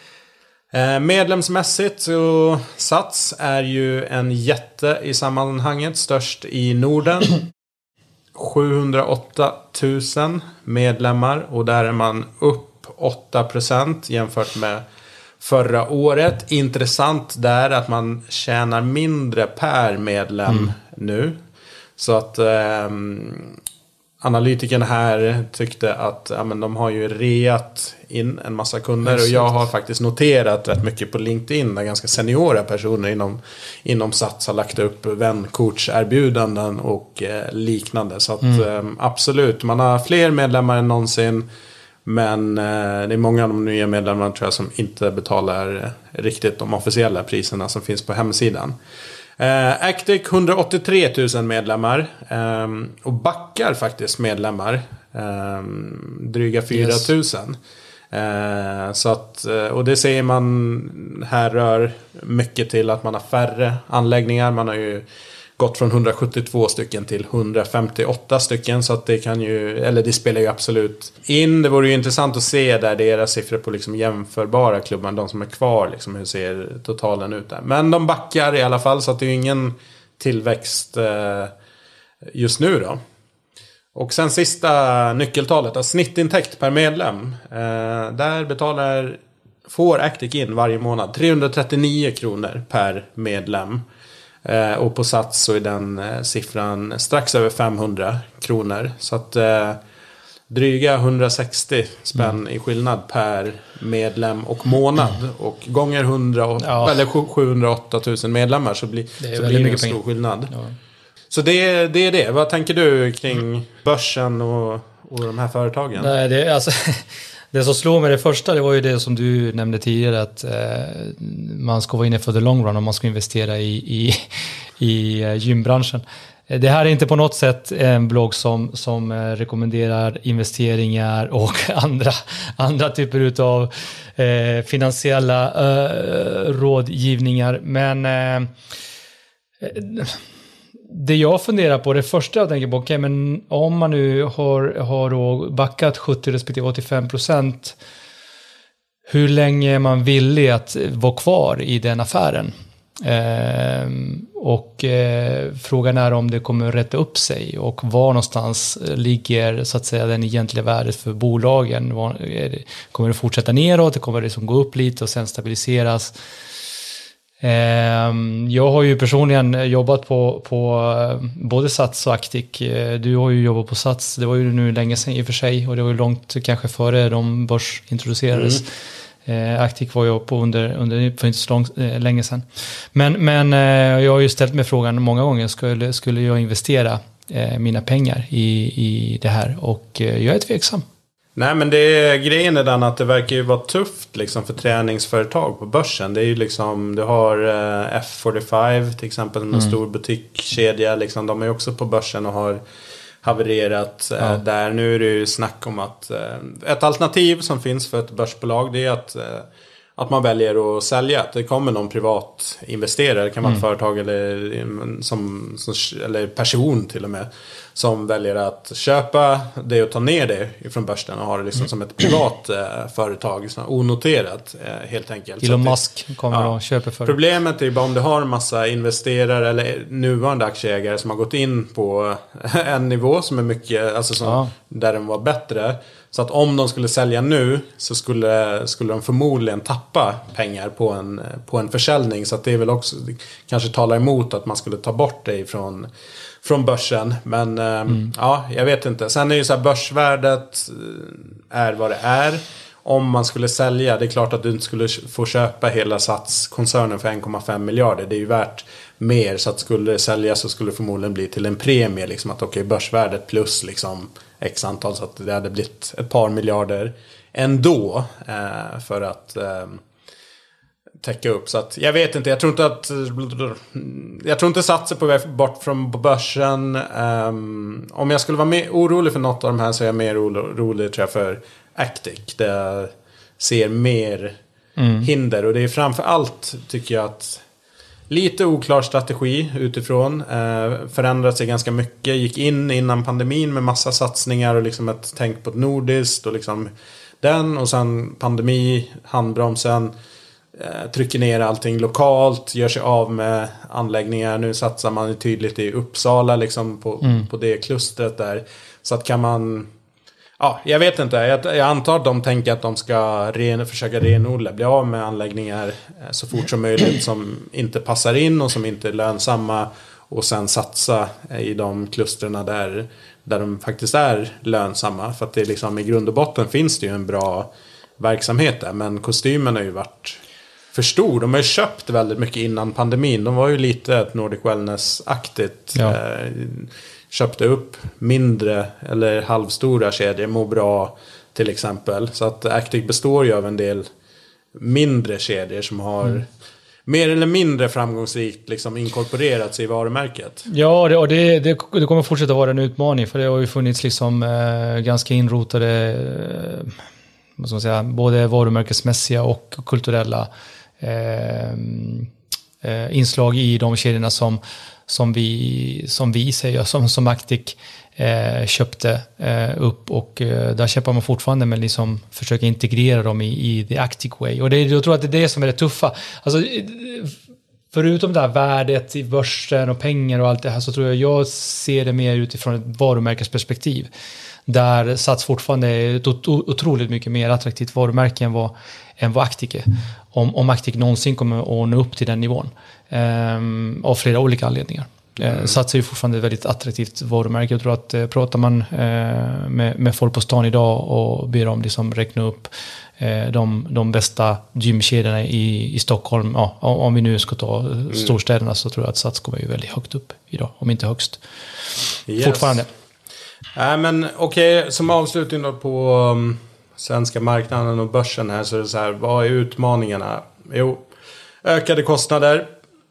Medlemsmässigt så Sats är ju en jätte i sammanhanget. Störst i Norden. sjuhundraåtta tusen medlemmar. Och där är man upp åtta procent jämfört med förra året. Intressant där att man tjänar mindre per medlem mm. nu. Så att... Um, Analytikerna här tyckte att ja, men de har ju reat in en massa kunder. Och jag har faktiskt noterat rätt mycket på LinkedIn där ganska seniora personer inom, inom Sats har lagt upp väncoach-erbjudanden och eh, liknande. Så att mm. eh, absolut, man har fler medlemmar än någonsin. Men eh, det är många av de nya medlemmarna tror jag som inte betalar eh, riktigt de officiella priserna som finns på hemsidan. Uh, Actic hundraåttiotre tusen medlemmar um, och backar faktiskt medlemmar um, dryga fyra tusen. Yes. Uh, så att, uh, och det ser man här rör mycket till att man har färre anläggningar. Man har ju gått från hundrasjuttiotvå stycken till hundrafemtioåtta stycken. Så att det kan ju, eller det spelar ju absolut in. Det vore ju intressant att se där deras siffror på liksom jämförbara klubbar, de som är kvar, liksom, hur ser totalen ut där. Men de backar i alla fall, så att det är ju ingen tillväxt eh, just nu då. Och sen sista nyckeltalet, alltså snittintäkt per medlem. Eh, där betalar, får Actic in varje månad trehundratrettionio kronor per medlem. Eh, och på Sats så är den eh, siffran strax över femhundra kronor. Så att eh, dryga hundrasextio spänn mm. i skillnad per medlem och månad. Mm. Och gånger hundra, ja. eller sjuhundraåtta tusen medlemmar så blir det, så blir det en stor pengar. skillnad. Ja. Så det, det är det. Vad tänker du kring börsen och, och de här företagen? Nej, det, alltså, det som slår mig det första, det var ju det som du nämnde tidigare, att eh, man ska vara inne för the long run om man ska investera i, i, i gymbranschen. Det här är inte på något sätt en blogg som, som rekommenderar investeringar och andra, andra typer av eh, finansiella eh, rådgivningar. Men eh, det jag funderar på, det första jag tänker på, okay, men om man nu har, har då backat sjuttio respektive åttiofem procent, hur länge är man villig att vara kvar i den affären? Eh, och eh, frågan är om det kommer rätta upp sig och var någonstans ligger så att säga den egentliga värdet för bolagen. Var, det, kommer det fortsätta neråt, det kommer det liksom gå upp lite och sen stabiliseras. Eh, jag har ju personligen jobbat på, på både Sats och Actic. Du har ju jobbat på Sats, det var ju nu länge sedan i och för sig, och det var ju långt kanske före de börsintroducerades. Mm. Eh, Actic var jag på under, under för inte så lång, eh, länge sedan. Men, men eh, jag har ju ställt mig frågan många gånger, skulle, skulle jag investera eh, mina pengar i, i det här? Och eh, jag är tveksam. Nej, men det är, grejen är den att det verkar ju vara tufft liksom, för träningsföretag på börsen. Det är ju liksom, du har eh, F fyrtiofem till exempel, en mm. stor butikskedja. Liksom, de är ju också på börsen och har havererat ja. eh, där. Nu är det ju snack om att eh, ett alternativ som finns för ett börsbolag, det är att, eh, att man väljer att sälja. Att det kommer någon privat investerare, det kan vara mm. ett företag eller, som, som, eller person till och med, som väljer att köpa det och ta ner det från börsen och ha det liksom mm. som ett privat eh, företag, så onoterat eh, helt enkelt. Elon Musk kommer ja. och köper för. Problemet är ju bara om du har en massa investerare eller nuvarande aktieägare som har gått in på en nivå som är mycket, alltså som, ja. där den var bättre. Så att om de skulle sälja nu så skulle, skulle de förmodligen tappa pengar på en, på en försäljning. Så att det är väl också, kanske talar emot att man skulle ta bort det ifrån från börsen. Men mm. ja, jag vet inte. Sen är ju så här, börsvärdet är vad det är. Om man skulle sälja, det är klart att du inte skulle få köpa hela Sats-koncernen för en komma fem miljarder. Det är ju värt mer, så att skulle det säljas så skulle det förmodligen bli till en premie. Liksom att okej, okay, börsvärdet plus liksom x antal, så att det hade blivit ett par miljarder ändå eh, för att eh, täcka upp. Så att jag vet inte, jag tror inte att jag tror inte Sats är på väg bort från börsen. Um, om jag skulle vara mer orolig för något av de här så är jag mer orolig tror jag för Actic. Det jag ser mer mm. hinder, och det är framför allt tycker jag att lite oklar strategi utifrån. Eh, förändrat sig ganska mycket. Gick in innan pandemin med massa satsningar och liksom ett tänk på ett nordiskt och liksom den, och sen pandemi, handbromsen. Trycker ner allting lokalt, gör sig av med anläggningar. Nu satsar man tydligt i Uppsala liksom på, mm. på det klustret där. Så att kan man, ja, jag vet inte, jag, jag antar att de tänker att de ska ren, försöka renodla, bli av med anläggningar så fort som möjligt som inte passar in och som inte är lönsamma, och sen satsa i de klusterna där, där de faktiskt är lönsamma. För att det är liksom, i grund och botten finns det ju en bra verksamhet där, men kostymen har ju varit för stor. De har ju köpt väldigt mycket innan pandemin. De var ju lite ett Nordic Wellness-aktigt. Ja. Eh, köpte upp mindre eller halvstora kedjor. Må bra till exempel. Så att Actic består ju av en del mindre kedjor som har mm. mer eller mindre framgångsrikt liksom inkorporerats i varumärket. Ja, det, och det, det, det kommer fortsätta vara en utmaning. För det har ju funnits liksom eh, ganska inrotade eh, vad ska man säga, både varumärkesmässiga och kulturella Eh, eh, inslag i de kedjorna som, som vi som vi säger som, som Actic eh, köpte eh, upp, och eh, där köper man fortfarande, men liksom försöker integrera dem i, i the Actic way, och det, jag tror att det är det som är det tuffa. Alltså, förutom det här värdet i börsen och pengar och allt det här, så tror jag jag ser det mer utifrån ett varumärkesperspektiv, där Sats fortfarande är ett otroligt mycket mer attraktivt varumärke än vad, än vad Actic är. Om, om Actic någonsin kommer att nå upp till den nivån. Um, av flera olika anledningar. Mm. Sats är ju fortfarande ett väldigt attraktivt varumärke. Jag tror att eh, pratar man eh, med, med folk på stan idag och ber dem liksom räkna upp eh, de, de bästa gymkedjorna i, i Stockholm, ja, om vi nu ska ta mm. storstäderna, så tror jag att Sats kommer ju väldigt högt upp idag, om inte högst. Yes. Fortfarande. Äh, men okej, okay, som avslutning då på um, svenska marknaden och börsen här, så är det så här, vad är utmaningarna? Jo, ökade kostnader,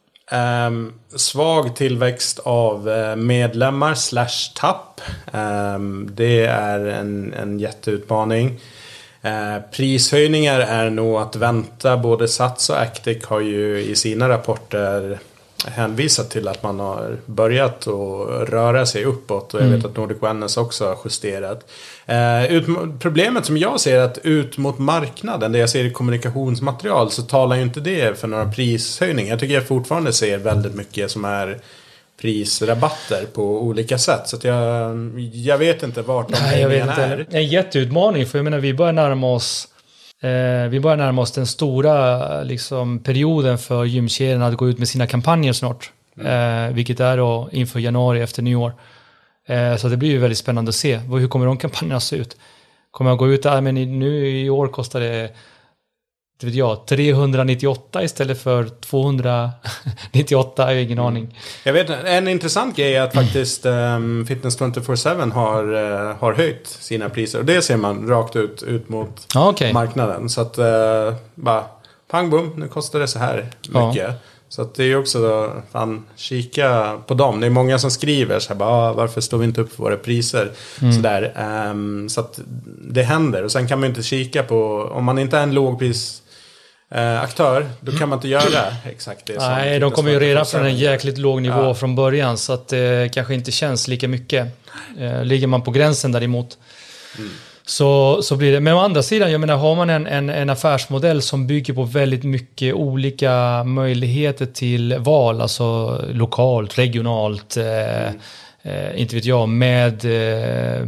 um, svag tillväxt av uh, medlemmar slash tapp. Um, det är en, en jätteutmaning. Uh, prishöjningar är nog att vänta. Både Sats och Actic har ju i sina rapporter hänvisat till att man har börjat att röra sig uppåt, och jag vet att Nordic Wellness också har justerat. Eh, ut, problemet som jag ser är att ut mot marknaden, det jag ser i kommunikationsmaterial, så talar ju inte det för några prishöjningar. Jag tycker jag fortfarande ser väldigt mycket som är prisrabatter på olika sätt. Så att jag, jag vet inte vart de Nej, jag vet inte. är. En jätteutmaning, för jag menar, vi börjar närma oss Eh, vi börjar närma oss den stora liksom, perioden för gymkedjorna att gå ut med sina kampanjer snart. Mm. Eh, vilket är då inför januari efter nyår. Eh, så det blir ju väldigt spännande att se. Hur kommer de kampanjerna se ut? Kommer jag gå ut, äh, men nu i år kostar det det vet jag, trehundranittioåtta istället för tvåhundranittioåtta, jag har ingen aning. Jag vet, en intressant grej är att faktiskt um, Fitness tjugofyra sju har, uh, har höjt sina priser. Och det ser man rakt ut, ut mot ah, okay. marknaden. Så att uh, bara, pang bom, nu kostar det så här mycket. Ja. Så att det är ju också då, fan, kika på dem. Det är många som skriver så här, bara, ah, varför står vi inte upp för våra priser? Mm. Så där. Um, så att det händer. Och sen kan man inte kika på, om man inte är en lågpris Eh, aktör, då kan man inte göra exakt det. Nej, de kommer ju redan från en jäkligt låg nivå ja. från början, så att det eh, kanske inte känns lika mycket. Eh, ligger man på gränsen däremot mm. så, så blir det. Men å andra sidan, jag menar, har man en, en, en affärsmodell som bygger på väldigt mycket olika möjligheter till val, alltså lokalt, regionalt, eh, mm. eh, inte vet jag, med eh,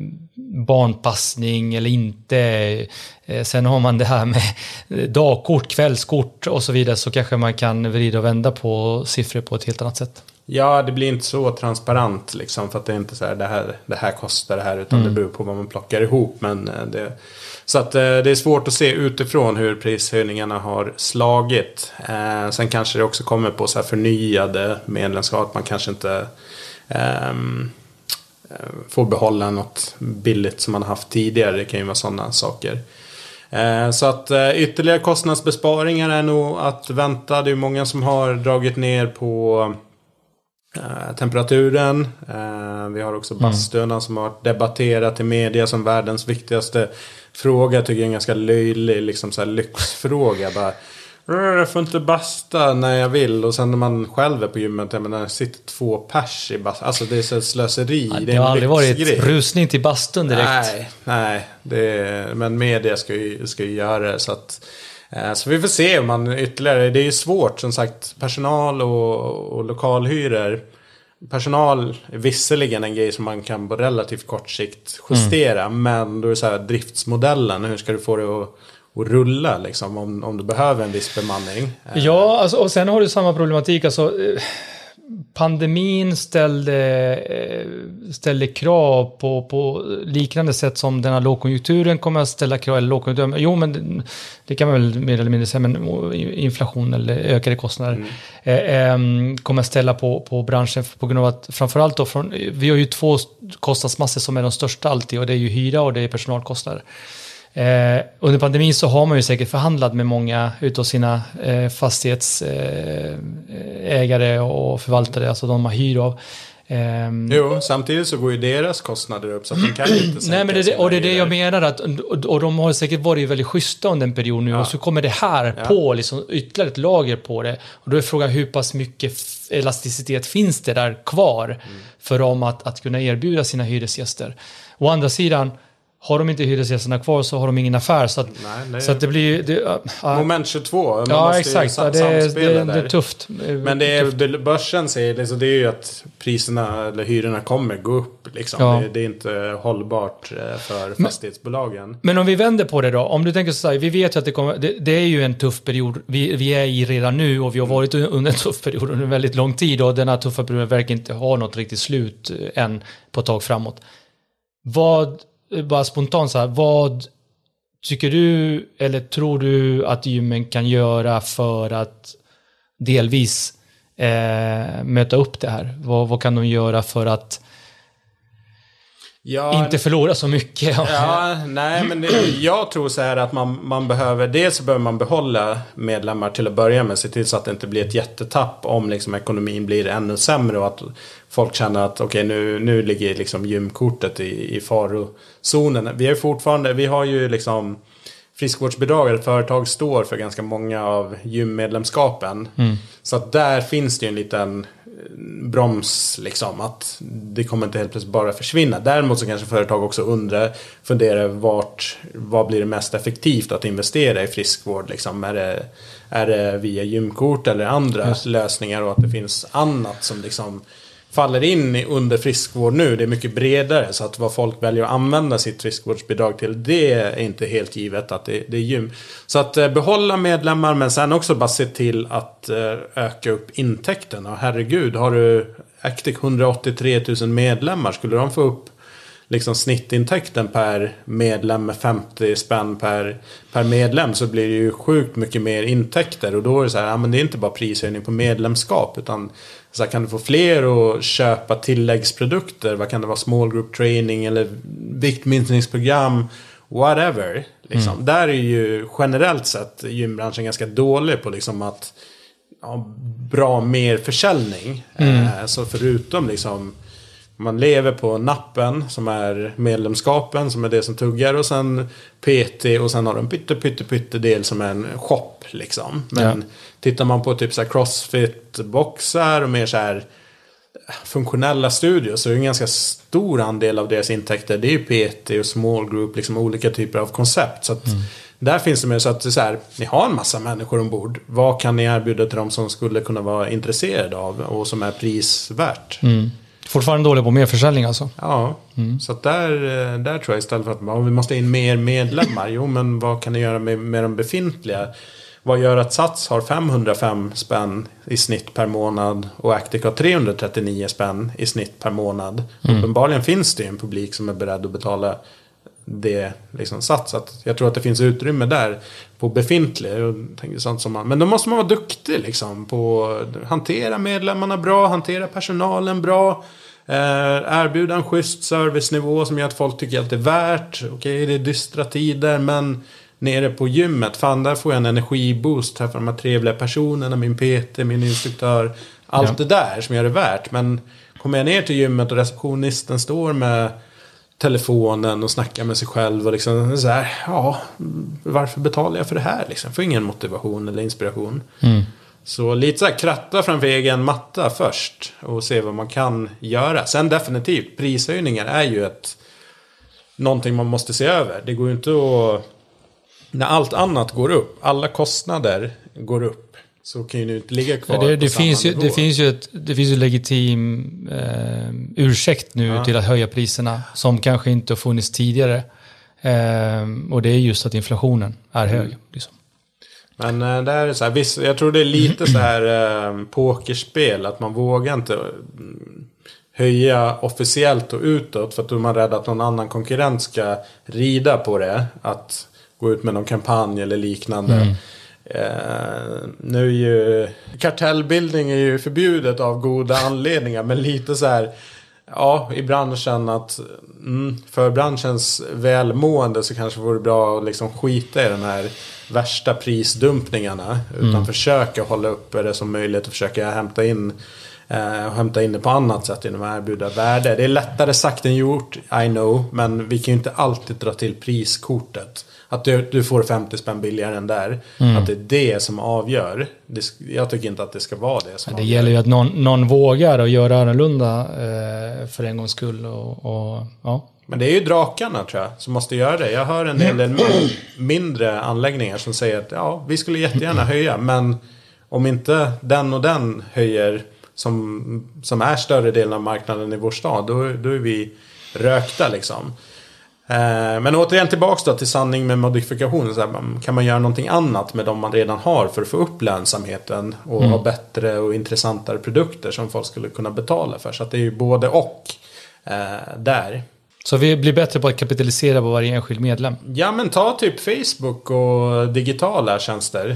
barnpassning eller inte. Sen har man det här med dagkort, kvällskort och så vidare, så kanske man kan vrida och vända på siffror på ett helt annat sätt. Ja, det blir inte så transparent liksom, för att det är inte så här, det här, det här kostar det här, utan mm. det beror på vad man plockar ihop. Men det, så att det är svårt att se utifrån hur prishöjningarna har slagit. Eh, sen kanske det också kommer på så här förnyade medlemskap, man kanske inte ehm, får behålla något billigt som man haft tidigare. Det kan ju vara sådana saker. Eh, så att eh, ytterligare kostnadsbesparingar är nog att vänta. Det är många som har dragit ner på eh, temperaturen. Eh, vi har också bastöna mm. som har debatterat i media som världens viktigaste fråga. Jag tycker det är en ganska löjlig liksom så här lyxfråga. Bara, jag får inte basta när jag vill. Och sen när man själv är på gymmet, jag menar, sitter två pers i basta. Alltså det är så slöseri. Ja, det, det har aldrig varit rusning till bastun direkt. Nej, nej det, men media ska ju, ska ju göra det. Så, att, eh, så vi får se om man ytterligare. Det är ju svårt, som sagt, personal och, och lokalhyror. Personal är visserligen en grej som man kan på relativt kort sikt justera. Mm. Men då är det så här, driftsmodellen, hur ska du få det att och rulla liksom, om, om du behöver en viss bemanning. Ja, alltså, och sen har du samma problematik. Alltså, pandemin ställde, ställde krav på, på liknande sätt som den här lågkonjunkturen kommer att ställa krav. Eller lågkonjunkturen, jo, men det, det kan man väl mer eller mindre säga, men inflation eller ökade kostnader mm. eh, kommer att ställa på, på branschen på grund av att framförallt då från, vi har ju två kostnadsmassor som är de största alltid, och det är ju hyra och det är personalkostnader. Eh, under pandemin så har man ju säkert förhandlat med många utav sina eh, fastighetsägare eh, och förvaltare, alltså de man hyr av. Eh, jo, samtidigt så går ju deras kostnader upp, så att de kan inte sänka. Nej, men det, och det är det jag menar, att, och, och de har säkert varit väldigt schyssta under en period nu, ja. Och så kommer det här ja. på, liksom, ytterligare ett lager på det. Och då är frågan, hur pass mycket elasticitet finns det där kvar mm. för dem att, att kunna erbjuda sina hyresgäster. Å andra sidan, har de inte hyresgästerna kvar så har de ingen affär. Så att, Nej, det, så att det blir... Det, uh, moment tjugotvå. Man ja, måste exakt. Sam- det, är, det, det är tufft. Men det är, det, börsen säger det, så det är ju att priserna eller hyrorna kommer gå upp. Liksom. Ja. Det, det är inte hållbart för men, fastighetsbolagen. Men om vi vänder på det då. Om du tänker så här, vi vet ju att det, kommer, det, det är ju en tuff period. Vi, vi är i redan nu och vi har varit under en tuff period under en väldigt lång tid. Och den här tuffa perioden verkar inte ha något riktigt slut än på ett tag framåt. Vad, bara spontant så här, vad tycker du eller tror du att gymmen kan göra för att delvis eh, möta upp det här? Vad, vad kan de göra för att ja, inte förlora så mycket? Ja, nej, men det, jag tror så här att man, man behöver, dels så behöver man behålla medlemmar till att börja med, se till så att det inte blir ett jättetapp om liksom ekonomin blir ännu sämre och att folk känner att okej, okay, nu, nu ligger liksom gymkortet i, i farozonen. Vi är fortfarande, vi har ju liksom friskvårdsbidrag, eller företag står för ganska många av gymmedlemskapen. Mm. Så att där finns det ju en liten broms liksom, att det kommer inte helt plötsligt bara försvinna. Däremot så kanske företag också undrar, funderar vart, vad blir det mest effektivt att investera i friskvård liksom. Är det, är det via gymkort eller andra Just. lösningar, och att det finns annat som liksom faller in under friskvård nu. Det är mycket bredare, så att vad folk väljer att använda sitt friskvårdsbidrag till, det är inte helt givet att det, det är gym. Så att eh, behålla medlemmar, men sen också bara se till att eh, öka upp intäkten. Och herregud, har du Actic hundraåttiotre tusen medlemmar, skulle de få upp liksom snittintäkten per medlem med femtio spänn per, per medlem, så blir det ju sjukt mycket mer intäkter. Och då är det så här, ja, men det är inte bara prishöjning på medlemskap, utan så här, kan du få fler att köpa tilläggsprodukter, vad kan det vara, small group training eller viktminskningsprogram, whatever liksom. Mm. Där är ju generellt sett gymbranschen ganska dålig på liksom att ja, bra mer försäljning. Mm. Eh, så förutom liksom man lever på nappen som är medlemskapen, som är det som tuggar, och sen P T, och sen har de pytte pytte pytte del som är en shop liksom. Men ja. Tittar man på typ så här crossfit boxar och mer så här funktionella studios, så är det en ganska stor andel av deras intäkter, det är ju P T och small group, liksom olika typer av koncept. Så att mm. där finns det mer så att det är så här, ni har en massa människor ombord, vad kan ni erbjuda till dem som skulle kunna vara intresserade av och som är prisvärt? Mm. Fortfarande dålig på mer försäljning alltså. Ja, mm. så att där, där tror jag istället för att man, vi måste in mer medlemmar. Jo, men vad kan ni göra med, med de befintliga? Vad gör att Sats har femhundrafem spänn i snitt per månad och Actic har trehundratrettionio spänn i snitt per månad? Mm. Uppenbarligen finns det en publik som är beredd att betala det liksom Sats. Att jag tror att det finns utrymme där på befintlig. Sånt som man, men då måste man vara duktig liksom, på att hantera medlemmarna bra, hantera personalen bra, eh, erbjuda en schysst servicenivå som gör att folk tycker att det är värt. Okej, okay, det är dystra tider, men nere på gymmet, fan, där får jag en energiboost, träffar de här trevliga personerna, min P T, min instruktör, allt ja. det där som gör det värt. Men kommer jag ner till gymmet och receptionisten står med telefonen och snackar med sig själv och liksom så här, ja, varför betalar jag för det här liksom? Får ingen motivation eller inspiration. Mm. Så lite så här, kratta framför egen matta först och se vad man kan göra. Sen definitivt, prishöjningar är ju ett någonting man måste se över. Det går ju inte att, när allt annat går upp, alla kostnader går upp, så kan ju nu inte ligga kvar. Det, det, finns ju, det finns ju ett det finns ju legitim eh, ursäkt nu ja. till att höja priserna som kanske inte har funnits tidigare. Eh, och det är just att inflationen är hög. Mm. Liksom. Men eh, det är så här, visst, jag tror det är lite så här eh, pokerspel, att man vågar inte höja officiellt och utåt för att då är man rädd att någon annan konkurrent ska rida på det, att gå ut med någon kampanj eller liknande. Mm. Uh, nu är ju kartellbildning är ju förbjudet av goda anledningar, men lite så här, ja, i branschen att mm, för branschens välmående så kanske vore bra att liksom skita i de här värsta prisdumpningarna, utan mm. försöka hålla uppe det som möjligt och försöka hämta in uh, och hämta in det på annat sätt genom att erbjuda värde. Det är lättare sagt än gjort, I know, men vi kan ju inte alltid dra till priskortet. Att du, du får femtio spänn billigare än där. Mm. Att det är det som avgör. Det, jag tycker inte att det ska vara det som Det avgör. gäller ju att någon, någon vågar och göra annorlunda eh, för en gångs skull. Och, och, ja. Men det är ju drakarna tror jag som måste göra det. Jag hör en del, del mindre anläggningar som säger att ja, vi skulle jättegärna höja. Men om inte den och den höjer som, som är större delen av marknaden i vår stad, då, då är vi rökta liksom. Eh, men återigen tillbaka då till sanning med modifikation. Så här, kan man göra någonting annat med de man redan har för att få upp lönsamheten och mm. ha bättre och intressantare produkter som folk skulle kunna betala för. Så att det är ju både och eh, där. Så vi blir bättre på att kapitalisera på varje enskild medlem? Ja, men ta typ Facebook och digitala tjänster.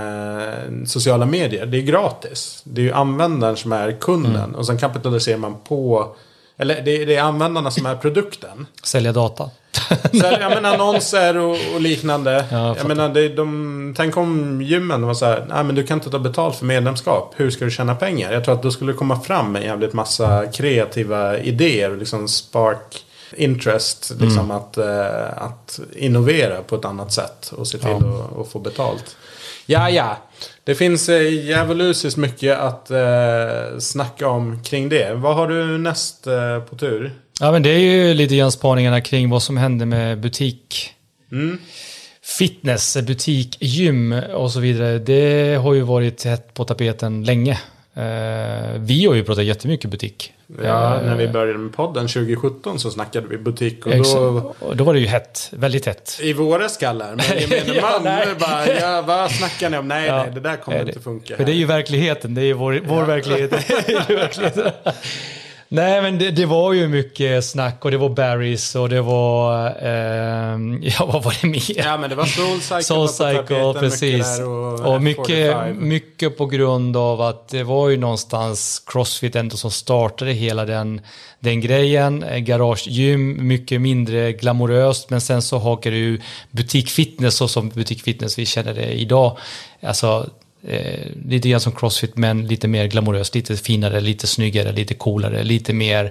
Eh, sociala medier. Det är gratis. Det är ju användaren som är kunden. Mm. Och sen kapitaliserar man på... Eller det är, det är användarna som är produkten. Sälja data. Så, jag menar annonser och, och liknande. Ja, jag, jag menar, det, de, tänk om gymmen var så här, nej men du kan inte ta betalt för medlemskap. Hur ska du tjäna pengar? Jag tror att då skulle komma fram en jävligt massa kreativa idéer. Liksom spark interest. Liksom mm. att, uh, att innovera på ett annat sätt. Och se till ja. att, att få betalt. Ja, ja. Det finns eh, djävulusiskt mycket att eh, snacka om kring det. Vad har du näst eh, på tur? Ja, men det är ju lite grann spaningarna kring vad som händer med butik. Mm. Fitness, butik, gym och så vidare. Det har ju varit hett på tapeten länge. Eh, vi har ju pratat jättemycket butik. Ja, när vi började med podden tjugo sjutton så snackade vi butik och då... Och då var det ju hett, väldigt hett. I våra skallar. Men jag menar, ja, man nej. bara, ja, vad snackar ni om? Nej, ja, nej, det där kommer det, inte funka. För här. Det är ju verkligheten, det är ju vår, vår ja. verklighet. verkligheten. Nej, men det, det var ju mycket snack och det var Barry's och det var... Eh, ja, vad var det mer? Ja, men det var Soul Cycle. Soul Cycle, precis. Mycket och och mycket, mycket på grund av att det var ju någonstans CrossFit ändå som startade hela den, den grejen. Garagegym, mycket mindre glamoröst. Men sen så hakar du butikfitness så som butikfitness vi känner det idag. Alltså... Eh, lite grann som CrossFit men lite mer glamoröst, lite finare, lite snyggare, lite coolare, lite mer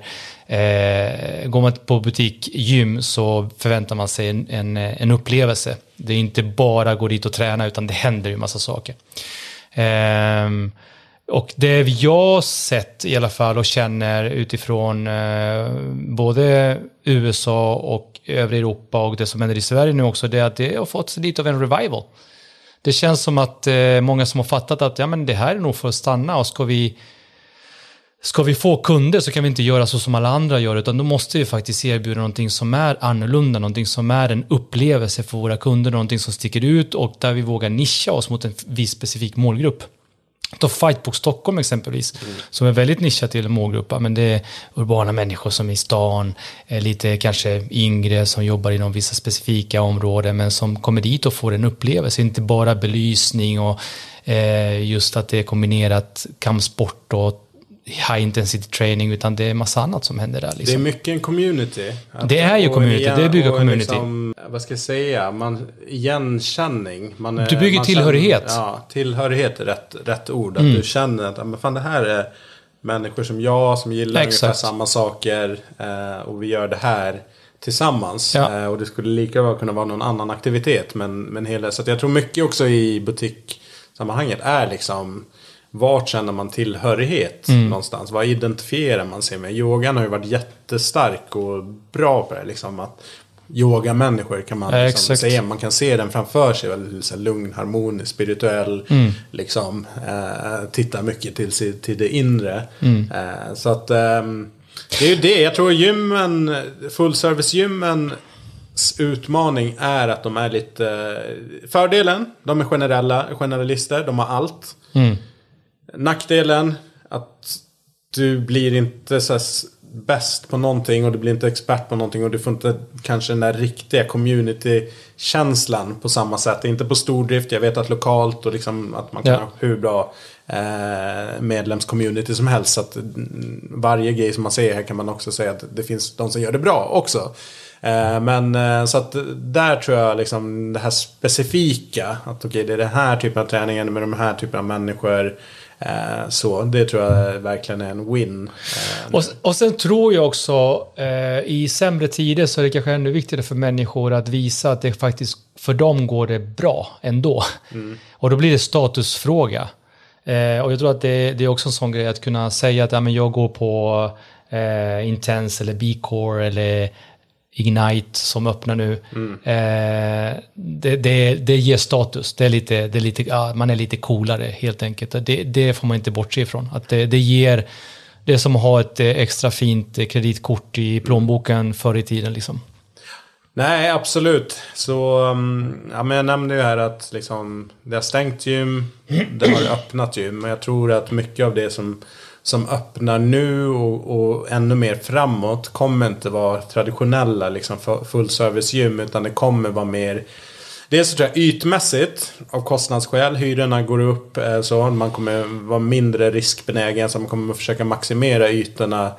eh, går man på butikgym så förväntar man sig en, en, en upplevelse. Det är inte bara gå dit och träna utan det händer ju massa saker. Eh, och det jag sett i alla fall och känner utifrån eh, både U S A och övriga Europa och det som händer i Sverige nu också, det är att det har fått lite av en revival. Det känns som att eh, många som har fattat att ja, men det här är nog för att stanna och ska vi, ska vi få kunder så kan vi inte göra så som alla andra gör utan då måste vi faktiskt erbjuda någonting som är annorlunda, någonting som är en upplevelse för våra kunder, någonting som sticker ut och där vi vågar nischa oss mot en viss specifik målgrupp. Ta Fightbook Stockholm exempelvis, mm. som är väldigt nischad till en målgrupp. Men det är urbana människor som är i stan, är lite kanske yngre som jobbar inom vissa specifika områden men som kommer dit och får en upplevelse. Inte bara belysning och eh, just att det är kombinerat kampsport och high intensity training utan det är massa annat som händer där. Liksom. Det är mycket en community. Det är ju community, igen, det är bygga community. Liksom, vad ska jag säga? Man, igenkänning. Man är, du bygger man tillhörighet. Känner, ja, tillhörighet är rätt, rätt ord. Att mm. du känner att men fan, det här är människor som jag som gillar Exakt. ungefär samma saker eh, och vi gör det här tillsammans. Ja. Eh, och det skulle lika väl kunna vara någon annan aktivitet. Men, men hela, så att jag tror mycket också i butiksammanhanget är liksom vart känner man tillhörighet mm. någonstans? Vad identifierar man sig med? Yogan har ju varit jättestark och bra på det. Liksom att yoga-människor kan man liksom säga. Man kan se den framför sig. Väldigt så här lugn, harmonisk, spirituell. Mm. Liksom, eh, tittar mycket till, till det inre. Mm. Eh, så att eh, det är ju det. Jag tror gymmen, fullservice-gymmen utmaning är att de är lite... Fördelen, de är generella, generalister. De har allt. Mm. Nackdelen att du blir inte så bäst på någonting och du blir inte expert på någonting och du får inte kanske den där riktiga community-känslan på samma sätt. Inte på stordrift, jag vet att lokalt och liksom att man kan ja. ha hur bra eh, medlemscommunity som helst. Så att varje grej som man ser här kan man också säga att det finns de som gör det bra också. Eh, men eh, så att där tror jag liksom det här specifika att okej okay, det är den här typen av träningen med de här typen av människor. Så det tror jag verkligen är en win. Och, och sen tror jag också eh, i sämre tider så är det kanske ännu viktigare för människor att visa att det faktiskt för dem går det bra ändå. Mm. Och då blir det statusfråga. Eh, och jag tror att det, det är också en sån grej att kunna säga att ja, men jag går på eh, Intense eller B-Core eller Ignite som öppnar nu. Mm. Eh, det, det, det ger status. Det är lite, det är lite, ja, man är lite coolare helt enkelt. Det, det får man inte bortse ifrån. Att det, det ger det som att ha ett extra fint kreditkort i plånboken förr i tiden liksom. Nej, absolut. Så ja, men jag nämnde ju här att liksom, det har stängt gym, det har öppnat gym. Men jag tror att mycket av det som, som öppnar nu och, och ännu mer framåt kommer inte vara traditionella liksom, fullservice-gym, utan det kommer vara mer... Dels så tror jag ytmässigt av kostnadsskäl, hyrorna går upp så man kommer vara mindre riskbenägen, så man kommer försöka maximera ytorna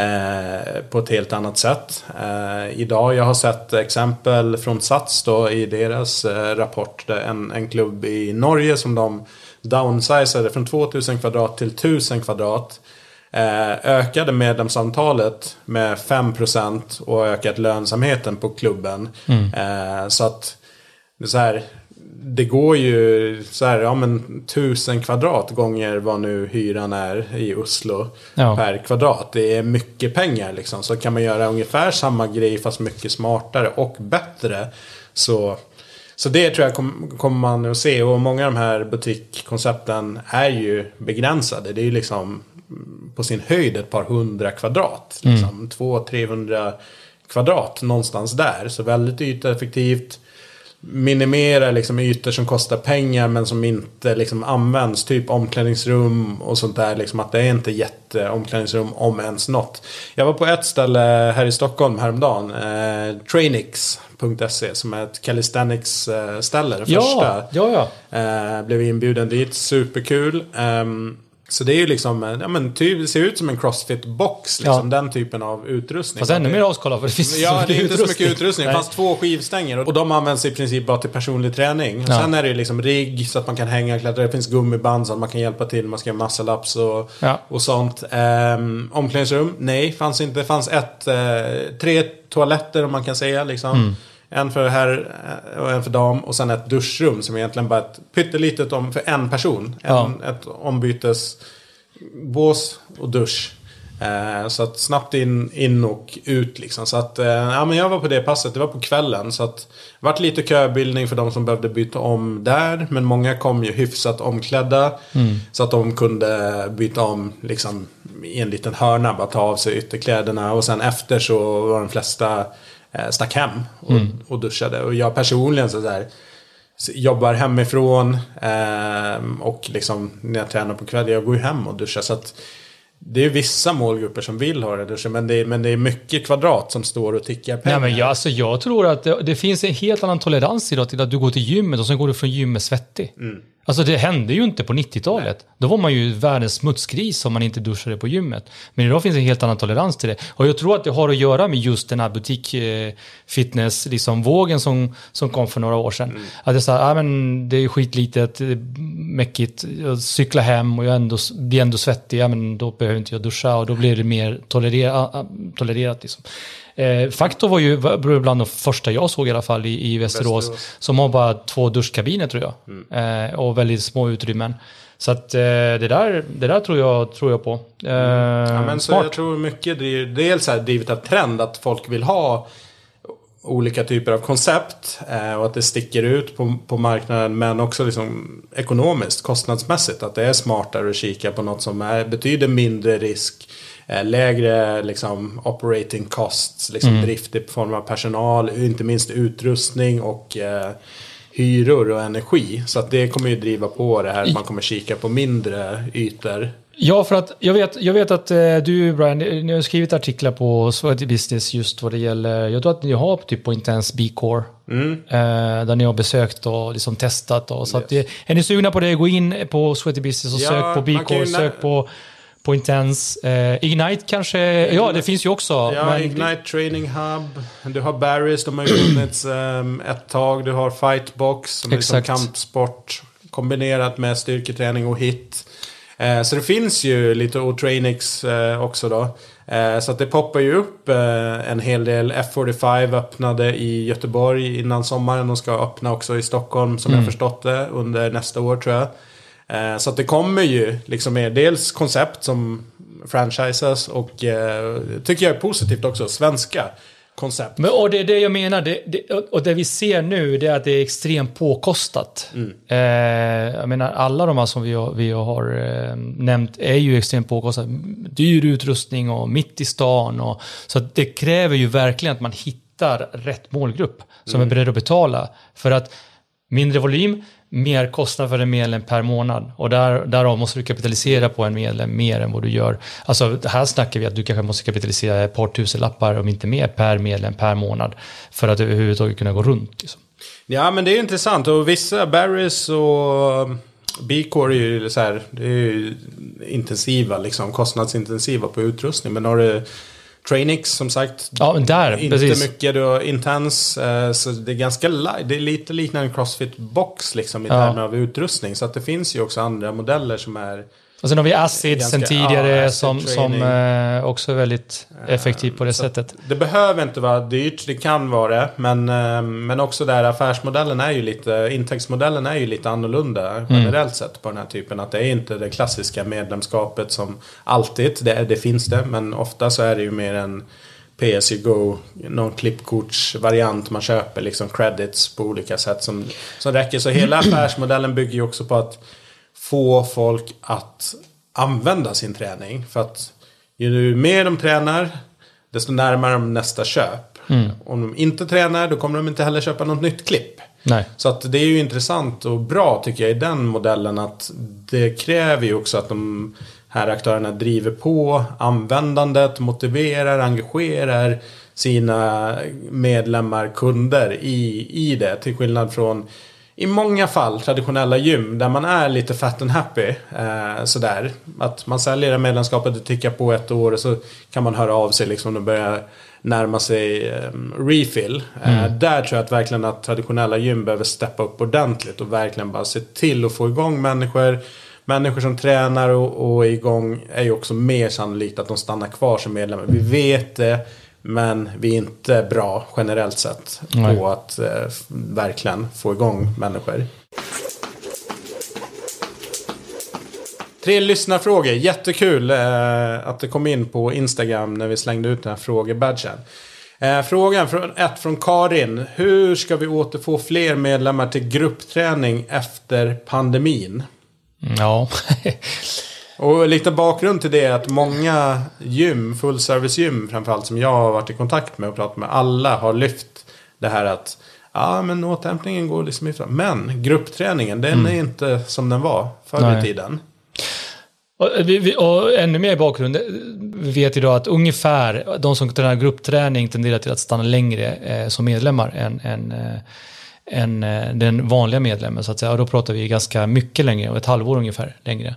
eh, på ett helt annat sätt. Eh, idag jag har sett exempel från Sats då i deras eh, rapport, där en, en klubb i Norge som de downsizade från tvåtusen kvadrat till tusen kvadrat. Eh, ökade medlemsantalet med fem procent och ökat lönsamheten på klubben. Mm. Eh, så att det, så här, det går ju så här, ja, men tusen kvadrat gånger vad nu hyran är i Oslo ja. per kvadrat. Det är mycket pengar liksom. Så kan man göra ungefär samma grej fast mycket smartare och bättre. Så, så det tror jag kommer kom man att se. Och många av de här butikkoncepten är ju begränsade. Det är ju liksom på sin höjd ett par hundra kvadrat. Liksom. Mm. två till trehundra kvadrat någonstans där. Så väldigt yteffektivt. Minimera liksom ytor som kostar pengar men som inte liksom används, typ omklädningsrum och sånt där liksom, att det är inte jätteomklädningsrum om ens något. Jag var på ett ställe här i Stockholm häromdagen, eh, trainix punkt se, som är ett calisthenics eh, ställe, det ja, första. Ja, ja. Eh, blev inbjuden dit, superkul. Um, Så det är ju liksom, ja men typ, det ser ut som en CrossFit-box liksom, ja. Den typen av utrustning. Fast ännu mer avskolla, för det finns ja, så det är inte utrustning. så mycket utrustning. Det fanns två skivstänger och de används i princip bara till personlig träning. Och ja. Sen är det liksom rigg så att man kan hänga, klättra. Det finns gummiband så att man kan hjälpa till. Man ska göra muscle-ups och, ja. och sånt. Um, omklädningsrum? Nej, fanns inte. Det fanns ett, uh, tre toaletter om man kan säga liksom. Mm. En för herr och en för dam. Och sen ett duschrum som är egentligen bara ett pyttelitet om för en person. En, ja. Ett ombytes bås och dusch. Eh, så att snabbt in, in och ut liksom. Så att, eh, ja men jag var på det passet, det var på kvällen. Så att det vart lite köbildning för de som behövde byta om där. Men många kom ju hyfsat omklädda. Mm. Så att de kunde byta om liksom i en liten hörna, bara ta av sig ytterkläderna. Och sen efter så var de flesta eh, stack hem och, mm. och duschade. Och jag personligen så där jobbar hemifrån eh, och liksom när jag tränar på kvällen, jag går ju hem och duschar, så att det är vissa målgrupper som vill ha det duschen, men det är, men det är mycket kvadrat som står och tickar pengar. Nej, men jag, alltså, jag tror att det, det finns en helt annan tolerans idag till att du går till gymmet och sen går du från gymmet svettig. Mm. Alltså det hände ju inte på nittiotalet. Nej. Då var man ju världens smutsgris om man inte duschade på gymmet. Men idag finns en helt annan tolerans till det. Och jag tror att det har att göra med just den här butik eh, fitness liksom vågen som, som kom för några år sedan. Mm. Att det är så här, ah, men det är skitlitet, mäckigt, jag cyklar hem och jag ändå, blir ändå svettig, ja, men då behöver inte jag duscha och då blir det mer tolererat, tolererat liksom. Eh, Faktor var ju bland de första jag såg i alla fall i, i Västerås, Västerås som har bara två duschkabiner tror jag. Mm. Eh, och väldigt små utrymmen. Så att eh, det där det där tror jag tror jag på. Eh, mm. Ja, men så jag tror mycket det är dels så här drivet av trend att folk vill ha olika typer av koncept eh, och att det sticker ut på, på marknaden, men också liksom ekonomiskt, kostnadsmässigt, att det är smartare att kika på något som är, betyder mindre risk, eh, lägre liksom operating costs, liksom mm. drift i form av personal, inte minst utrustning och eh, hyror och energi. Så att det kommer ju driva på det här att man kommer kika på mindre ytor. Ja, för att jag vet, jag vet att eh, du, Brian, ni har skrivit artiklar på Sweaty Business just vad det gäller, jag tror att ni har typ på Intense B-Core mm. eh, där ni har besökt och liksom testat och, så yes. att det, är ni sugna på det, gå in på Sweaty Business och ja, sök på B-Core, sök på på Intense, eh, Ignite kanske, ja det finns ju också. Ja, men Ignite Training Hub, du har Barry's, de har ju funnits um, ett tag, du har Fightbox som är liksom kampsport kombinerat med styrketräning och hit. Eh, så det finns ju lite O-Trainix eh, också då. Eh, så att det poppar ju upp eh, en hel del. F fyrtiofem öppnade i Göteborg innan sommaren. De ska öppna också i Stockholm som mm. jag förstått det under nästa år tror jag. Eh, så att det kommer ju liksom är dels koncept som franchises och eh, tycker jag är positivt också, svenska koncept. Men, och det är det jag menar. Det, det, och det vi ser nu det är att det är extremt påkostat. Mm. Eh, jag menar, alla de här som vi har, vi har eh, nämnt är ju extremt påkostat. Dyr utrustning och mitt i stan. Och, så att det kräver ju verkligen att man hittar rätt målgrupp som mm. är beredd att betala. För att mindre volym, mer kostnad för en medlem per månad. Och där, därav måste du kapitalisera på en medlem mer än vad du gör. Alltså här snackar vi att du kanske måste kapitalisera ett par tusen lappar om inte mer per medlem per månad. För att överhuvudtaget kunna gå runt. Liksom. Ja, men det är intressant. Och vissa Barrys och B-Core är ju så här, det är ju intensiva, liksom, kostnadsintensiva på utrustning. Men har du Trainix som sagt, ja, där, inte precis. mycket då, Intense, eh, så det är ganska li- det är lite liknande en CrossFit box liksom i ja. termer av utrustning, så att det finns ju också andra modeller som är. Och sen har vi Acid sen tidigare ja, som, som eh, också är väldigt effektiv på det så sättet. Det behöver inte vara dyrt, det kan vara det, men, eh, men också där affärsmodellen är ju lite, intäktsmodellen är ju lite annorlunda generellt mm. sett på den här typen, att det är inte det klassiska medlemskapet som alltid, det, det finns det, men ofta så är det ju mer en P S U Go, någon klippkortsvariant man köper, liksom credits på olika sätt som, som räcker, så hela affärsmodellen bygger ju också på att få folk att använda sin träning. För att ju mer de tränar, desto närmare de nästa köp. Mm. Om de inte tränar, då kommer de inte heller köpa något nytt klipp. Nej. Så att det är ju intressant och bra tycker jag i den modellen, att det kräver ju också att de här aktörerna driver på användandet, motiverar, engagerar sina medlemmar, kunder i, i det. Till skillnad från i många fall traditionella gym där man är lite fat and happy, eh, sådär. Att man säljer det medlemskapet och tycker på ett år och så kan man höra av sig liksom och börja närma sig eh, refill. Eh, mm. Där tror jag att verkligen att traditionella gym behöver steppa upp ordentligt och verkligen bara se till att få igång människor. Människor som tränar och, och är igång är ju också mer sannolikt att de stannar kvar som medlemmar. Vi vet det. Men vi är inte bra generellt sett Nej. på att eh, verkligen få igång människor. Tre lyssnarfrågor. Jättekul eh, att det kom in på Instagram när vi slängde ut den här frågebadgen. Eh, frågan från ett från Karin. Hur ska vi återfå fler medlemmar till gruppträning efter pandemin? Ja... Och lite bakgrund till det är att många gym, fullservice-gym framförallt som jag har varit i kontakt med och pratat med, alla har lyft det här att ja, men återhämtningen går liksom ifrån. Men gruppträningen, den mm. är inte som den var förr i tiden. Och, vi, vi, och ännu mer i bakgrund, vi vet idag att ungefär de som tränar gruppträning tenderar till att stanna längre eh, som medlemmar än, än, eh, än eh, den vanliga medlemmen så att säga. Och då pratar vi ganska mycket längre, ett halvår ungefär längre.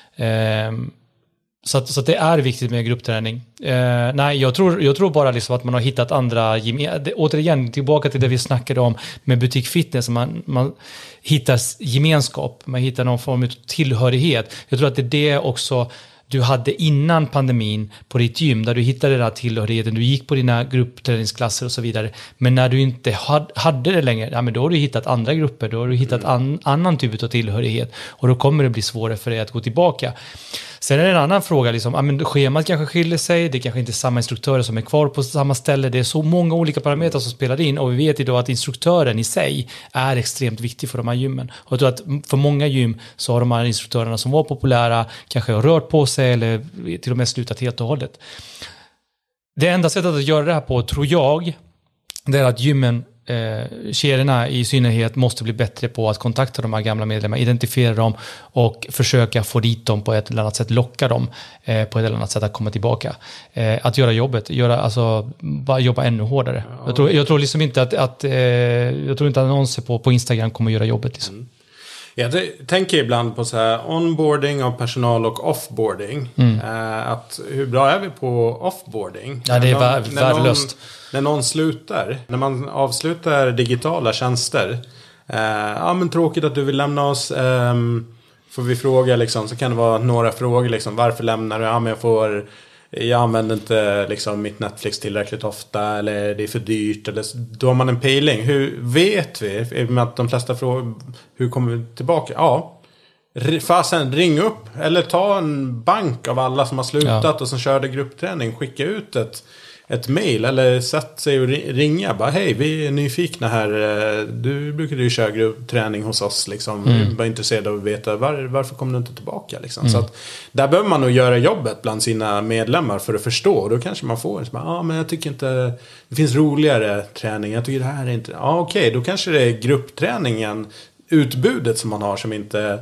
Um, så, att, så att det är viktigt med gruppträning. Uh, nej, jag tror, jag tror bara liksom att man har hittat andra geme- återigen tillbaka till det vi snackade om med butik fitness. Man, man hittar gemenskap, man hittar någon form av tillhörighet. Jag tror att det är det också du hade innan pandemin på ditt gym, där du hittade den här tillhörigheten, du gick på dina gruppträningsklasser och så vidare. Men när du inte hade det längre, ja, men då har du hittat andra grupper, då har du hittat an, annan typ av tillhörighet. Och då kommer det bli svårare för dig att gå tillbaka. Sen är det en annan fråga, liksom, ja, men schemat kanske skiljer sig, det kanske inte är samma instruktörer som är kvar på samma ställe, det är så många olika parametrar som spelar in, och vi vet idag att instruktören i sig är extremt viktig för de här gymmen. Och jag tror att för många gym så har de här instruktörerna som var populära kanske rört på sig eller till och med slutat helt och hållet. Det enda sättet att göra det här på, tror jag, det är att gymmen, eh, kedjorna i synnerhet, måste bli bättre på att kontakta de här gamla medlemmarna, identifiera dem och försöka få dit dem på ett eller annat sätt, locka dem eh, på ett eller annat sätt att komma tillbaka. Eh, att göra jobbet, göra, alltså, bara jobba ännu hårdare. Ja. Jag, tror, jag tror liksom inte att, att eh, jag tror inte att annonser på, på Instagram kommer göra jobbet liksom. Mm. Jag tänker ibland på så här onboarding av personal och offboarding. Mm. Eh, att hur bra är vi på offboarding? Ja, det är vär, när, värdelöst. Någon, när någon slutar, när man avslutar digitala tjänster. Eh, ja, men tråkigt att du vill lämna oss. Eh, får vi fråga liksom, så kan det vara några frågor liksom, varför lämnar du? Ja, men jag får... Jag använder inte liksom mitt Netflix tillräckligt ofta, eller det är för dyrt, eller då har man en pejling. Hur vet vi med att de flesta frågor, hur kommer vi tillbaka? Ja, fasen ring upp. Eller ta en bank av alla som har slutat Ja. och som körde gruppträning. Skicka ut ett, ett mail eller sätt sig och ringa. Bara hej, vi är nyfikna här. Du brukade ju köra gruppträning hos oss. Liksom. Mm. Vi är bara intresserade av att veta var, varför kom du inte tillbaka. Liksom. Mm. Så att, där behöver man nog göra jobbet bland sina medlemmar för att förstå. Då kanske man får en som ja, men jag tycker inte det finns roligare träning. Jag tycker det här är inte. Ja, okej, okay, då kanske det är gruppträningen, utbudet som man har som inte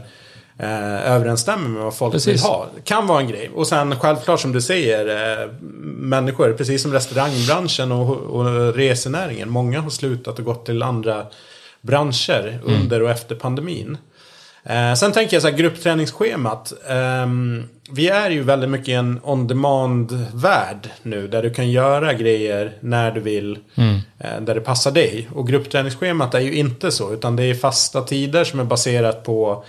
Eh, överensstämmer med vad folk Precis. vill ha. Kan vara en grej. Och sen självklart som du säger eh, människor, precis som restaurangbranschen och, och resenäringen. Många har slutat och gått till andra branscher mm. under och efter pandemin. Eh, sen tänker jag så här, gruppträningsschemat. Eh, vi är ju väldigt mycket i en on-demand-värld nu. Där du kan göra grejer när du vill. Mm. Eh, där det passar dig. Och gruppträningsschemat är ju inte så. Utan det är fasta tider som är baserat på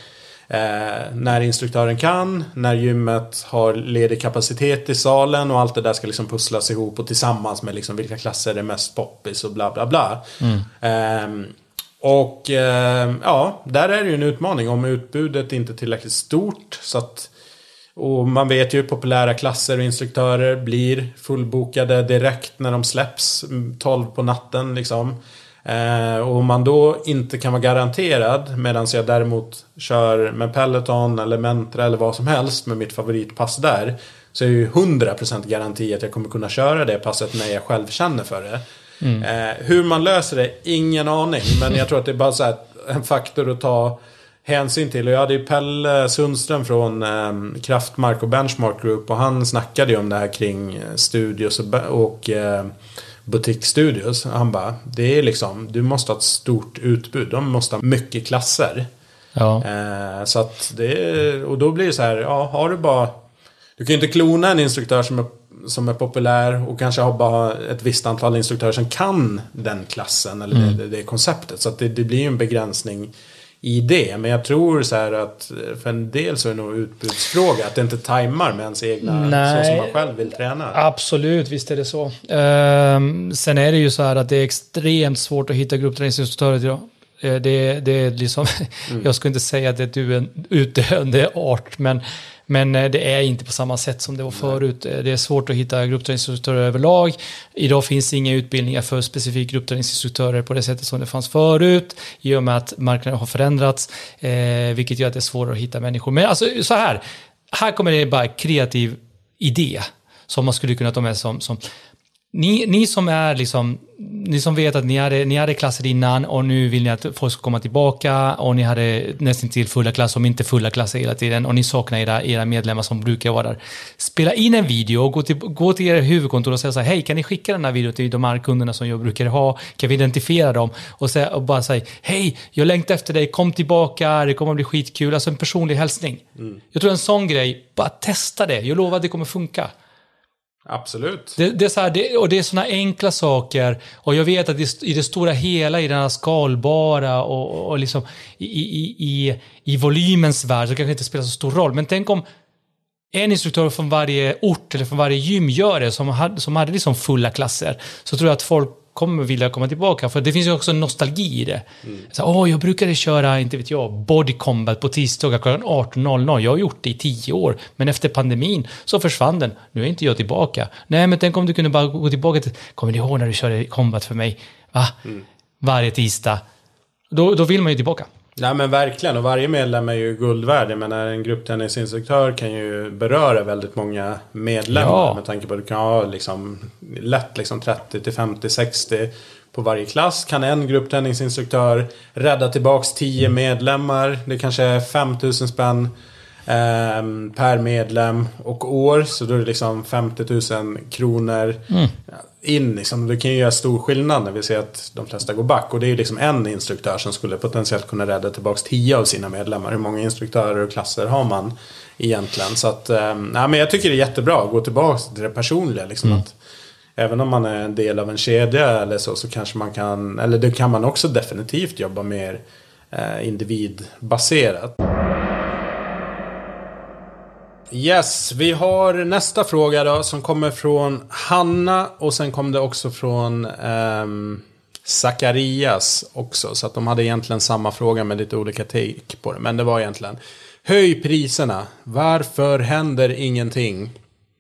Eh, när instruktören kan, när gymmet har ledig kapacitet i salen och allt det där ska liksom pusslas ihop och tillsammans med liksom vilka klasser är mest poppis och bla bla bla. Mm. Eh, och eh, ja, där är det ju en utmaning om utbudet inte är tillräckligt stort så att, och man vet ju populära klasser och instruktörer blir fullbokade direkt när de släpps tolv på natten liksom. Eh, och om man då inte kan vara garanterad medan jag däremot kör med Peloton eller Mentra eller vad som helst med mitt favoritpass där så är det ju hundra procent garanti att jag kommer kunna köra det passet när jag själv känner för det. Mm. Eh, hur man löser det, ingen aning, men jag tror att det är bara så här en faktor att ta hänsyn till. Och jag hade ju Pelle Sundström från eh, Kraftmark och Benchmark Group och han snackade ju om det här kring studios och, och eh, butikstudios. Han bara, det är liksom, du måste ha ett stort utbud. De måste ha mycket klasser. Ja. Eh, så att det, och då blir det så här, ja, har du bara, du kan ju inte klona en instruktör som är, som är populär och kanske ha bara ett visst antal instruktörer som kan den klassen eller mm. det, det konceptet. Så att det, det blir ju en begränsning i det. Men jag tror så här att för en del så är det nog utbudsfråga att det inte tajmar med ens egna Nej, så som man själv vill träna. Absolut, visst är det så. Um, sen är det ju så här att det är extremt svårt att hitta gruppträningsinstruktörer idag. Det, det är liksom, mm. jag skulle inte säga att det är en utdöende art, men, men det är inte på samma sätt som det var förut. Det är svårt att hitta gruppträningsinstruktörer överlag. Idag finns inga utbildningar för specifika gruppträningsinstruktörer på det sättet som det fanns förut, i och med att marknaden har förändrats, eh, vilket gör att det är svårare att hitta människor. Men alltså så här, här kommer det bara kreativ idé som man skulle kunna ta med som, som Ni, ni som är liksom, ni som vet att ni hade, ni hade klasser innan och nu vill ni att folk ska komma tillbaka och ni hade nästan till fulla klasser, om inte fulla klasser hela tiden, och ni saknar era, era medlemmar som brukar vara där. Spela in en video och gå till, gå till er huvudkontor och säga så här, hej, kan ni skicka den här videon till de här kunderna som jag brukar ha? Kan vi identifiera dem? Och, säga, och bara säga, hej, jag längtar efter dig, kom tillbaka, det kommer att bli skitkul. Alltså en personlig hälsning. Mm. Jag tror en sån grej, bara testa det. Jag lovar att det kommer funka. Absolut. Det, det är så här, det, och det är såna enkla saker, och jag vet att det, i det stora hela, i den här skalbara och, och liksom i, i, i, i volymens värld så kanske inte spelar så stor roll, men tänk om en instruktör från varje ort eller från varje gym gör det, som hade, som hade liksom fulla klasser, så tror jag att folk kommer vilja komma tillbaka, för det finns ju också en nostalgi i det. Mm. Så, åh, jag brukade köra, inte vet jag, body combat på tisdagar klockan arton noll noll. Jag har gjort det i tio år, men efter pandemin så försvann den. Nu är inte jag tillbaka. Nej, men tänk om du kunde bara gå tillbaka till, kommer ni ihåg när du körde combat för mig? Va? Mm. Varje tisdag. Då, då vill man ju tillbaka. Nej, men verkligen, och varje medlem är ju guld värd. Men en grupptennisinstruktör kan ju beröra väldigt många medlemmar, ja. Med tanke på att du kan ha liksom, lätt liksom trettio till femtio sextio på varje klass. Kan en grupptennisinstruktör rädda tillbaks tio medlemmar, det kanske är fem tusen spänn eh, per medlem och år, så då är det liksom femtio tusen kronor mm. in liksom. Det kan ju göra stor skillnad när vi ser att de flesta går back, och det är ju liksom en instruktör som skulle potentiellt kunna rädda tillbaks tio av sina medlemmar. Hur många instruktörer och klasser har man egentligen? Så att, eh, nej, men jag tycker det är jättebra att gå tillbaks till det personliga liksom, mm. att även om man är en del av en kedja eller så, så kanske man kan, eller det kan man också definitivt jobba mer eh, individbaserat. Yes, vi har nästa fråga då, som kommer från Hanna, och sen kom det också från um, Zacharias också, så att de hade egentligen samma fråga med lite olika take på det, men det var egentligen: Höj priserna. Varför händer ingenting?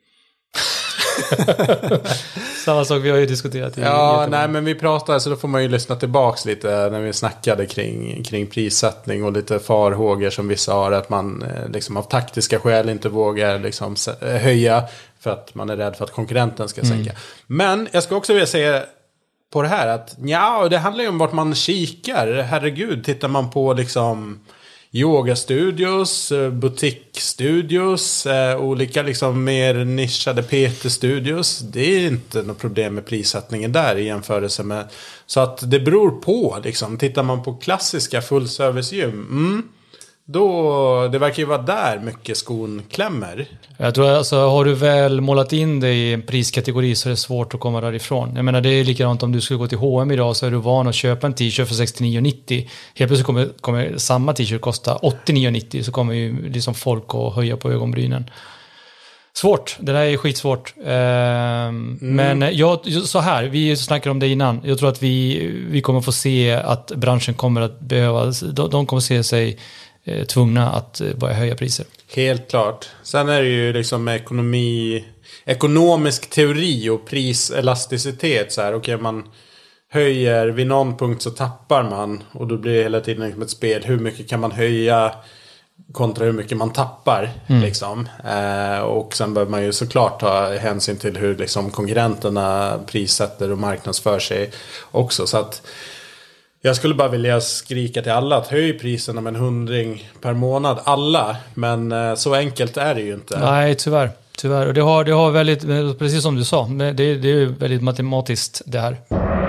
Samma sak vi har ju diskuterat i Ja, nej men vi pratar, så då får man ju lyssna tillbaks lite när vi snackade kring, kring prissättning och lite farhågor som vissa har, att man liksom av taktiska skäl inte vågar liksom höja för att man är rädd för att konkurrenten ska sänka. Mm. Men jag ska också vilja säga på det här att ja, det handlar ju om vart man kikar. Herregud, tittar man på liksom yogastudios, butikstudios, eh, olika liksom mer nischade P T-studios. Det är inte något problem med prissättningen där i jämförelse med. Så att det beror på liksom. Tittar man på klassiska fullservice-gym, mm, då, det verkar ju vara där mycket skon klämmer. Jag tror alltså, har du väl målat in dig i en priskategori så är det svårt att komma därifrån. Jag menar, det är likadant om du skulle gå till H och M idag, så är du van att köpa en t-shirt för sextionio nittio. Helt plötsligt kommer, kommer samma t-shirt kosta åttionio nittio, så kommer ju liksom folk att höja på ögonbrynen. Svårt, det där är skitsvårt. Uh, mm. Men jag, så här, vi snackade om det innan. Jag tror att vi, vi kommer få se att branschen kommer att behöva, de, de kommer se sig tvungna att börja höja priser. Helt klart. Sen är det ju liksom ekonomi, ekonomisk teori och priselasticitet så här. Okej, man höjer vid någon punkt så tappar man, och då blir det hela tiden liksom ett spel. Hur mycket kan man höja kontra hur mycket man tappar mm. liksom. Eh, och sen behöver man ju såklart ta hänsyn till hur liksom konkurrenterna prissätter och marknadsför sig också, så att jag skulle bara vilja skrika till alla att höj priserna med en hundring per månad. Alla. Men eh, så enkelt är det ju inte. Nej, tyvärr. Tyvärr. Och det har, det har väldigt, precis som du sa, det, det är ju väldigt matematiskt det här.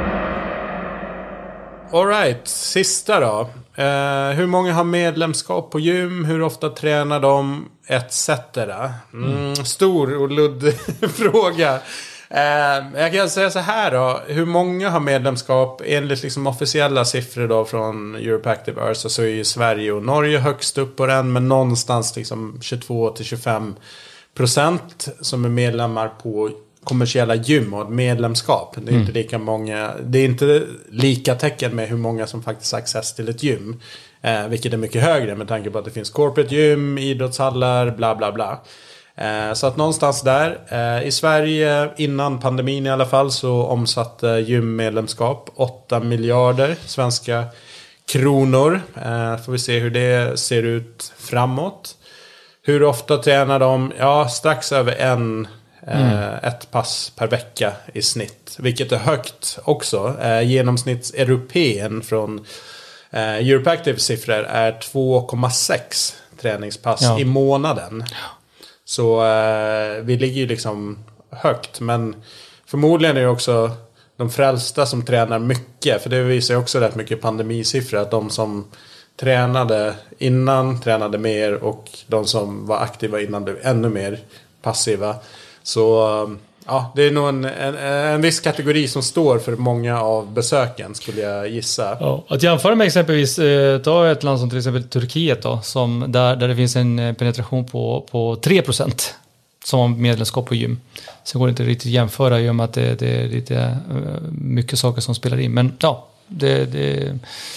All right, sista då. Eh, hur många har medlemskap på gym? Hur ofta tränar de? Etc. Mm, stor och ludd fråga. Eh, jag kan säga så här då. Hur många har medlemskap? Enligt liksom officiella siffror då från Europe Active Earth, så är ju Sverige och Norge högst upp på den, men någonstans liksom tjugotvå till tjugofem procent som är medlemmar på kommersiella gym och medlemskap. Det är mm. inte lika många. Det är inte lika tecken med hur många som faktiskt har access till ett gym. Eh, vilket är mycket högre med tanke på att det finns corporate gym, idrottshallar, bla bla bla. Eh, så att någonstans där. Eh, I Sverige innan pandemin i alla fall så omsatte gymmedlemskap åtta miljarder svenska kronor. Eh, får vi se hur det ser ut framåt. Hur ofta tränar de? Ja, strax över en Mm. ett pass per vecka i snitt, vilket är högt också. Eh, genomsnittseuropén från eh, Europe Active siffror är två komma sex träningspass ja. i månaden. Så eh, vi ligger ju liksom högt, men förmodligen är det också de frälsta som tränar mycket, för det visar ju också rätt mycket pandemisiffror, att de som tränade innan tränade mer, och de som var aktiva innan blev ännu mer passiva. Så ja, det är nog en, en, en viss kategori som står för många av besöken, skulle jag gissa. Ja, att jämföra med exempelvis eh, ta ett land som till exempel Turkiet då, som där, där det finns en penetration på, på tre procent som har medlemskap på gym. Sen går det inte riktigt jämföra i och med att det, det är lite uh, mycket saker som spelar in. Men ja, det, det,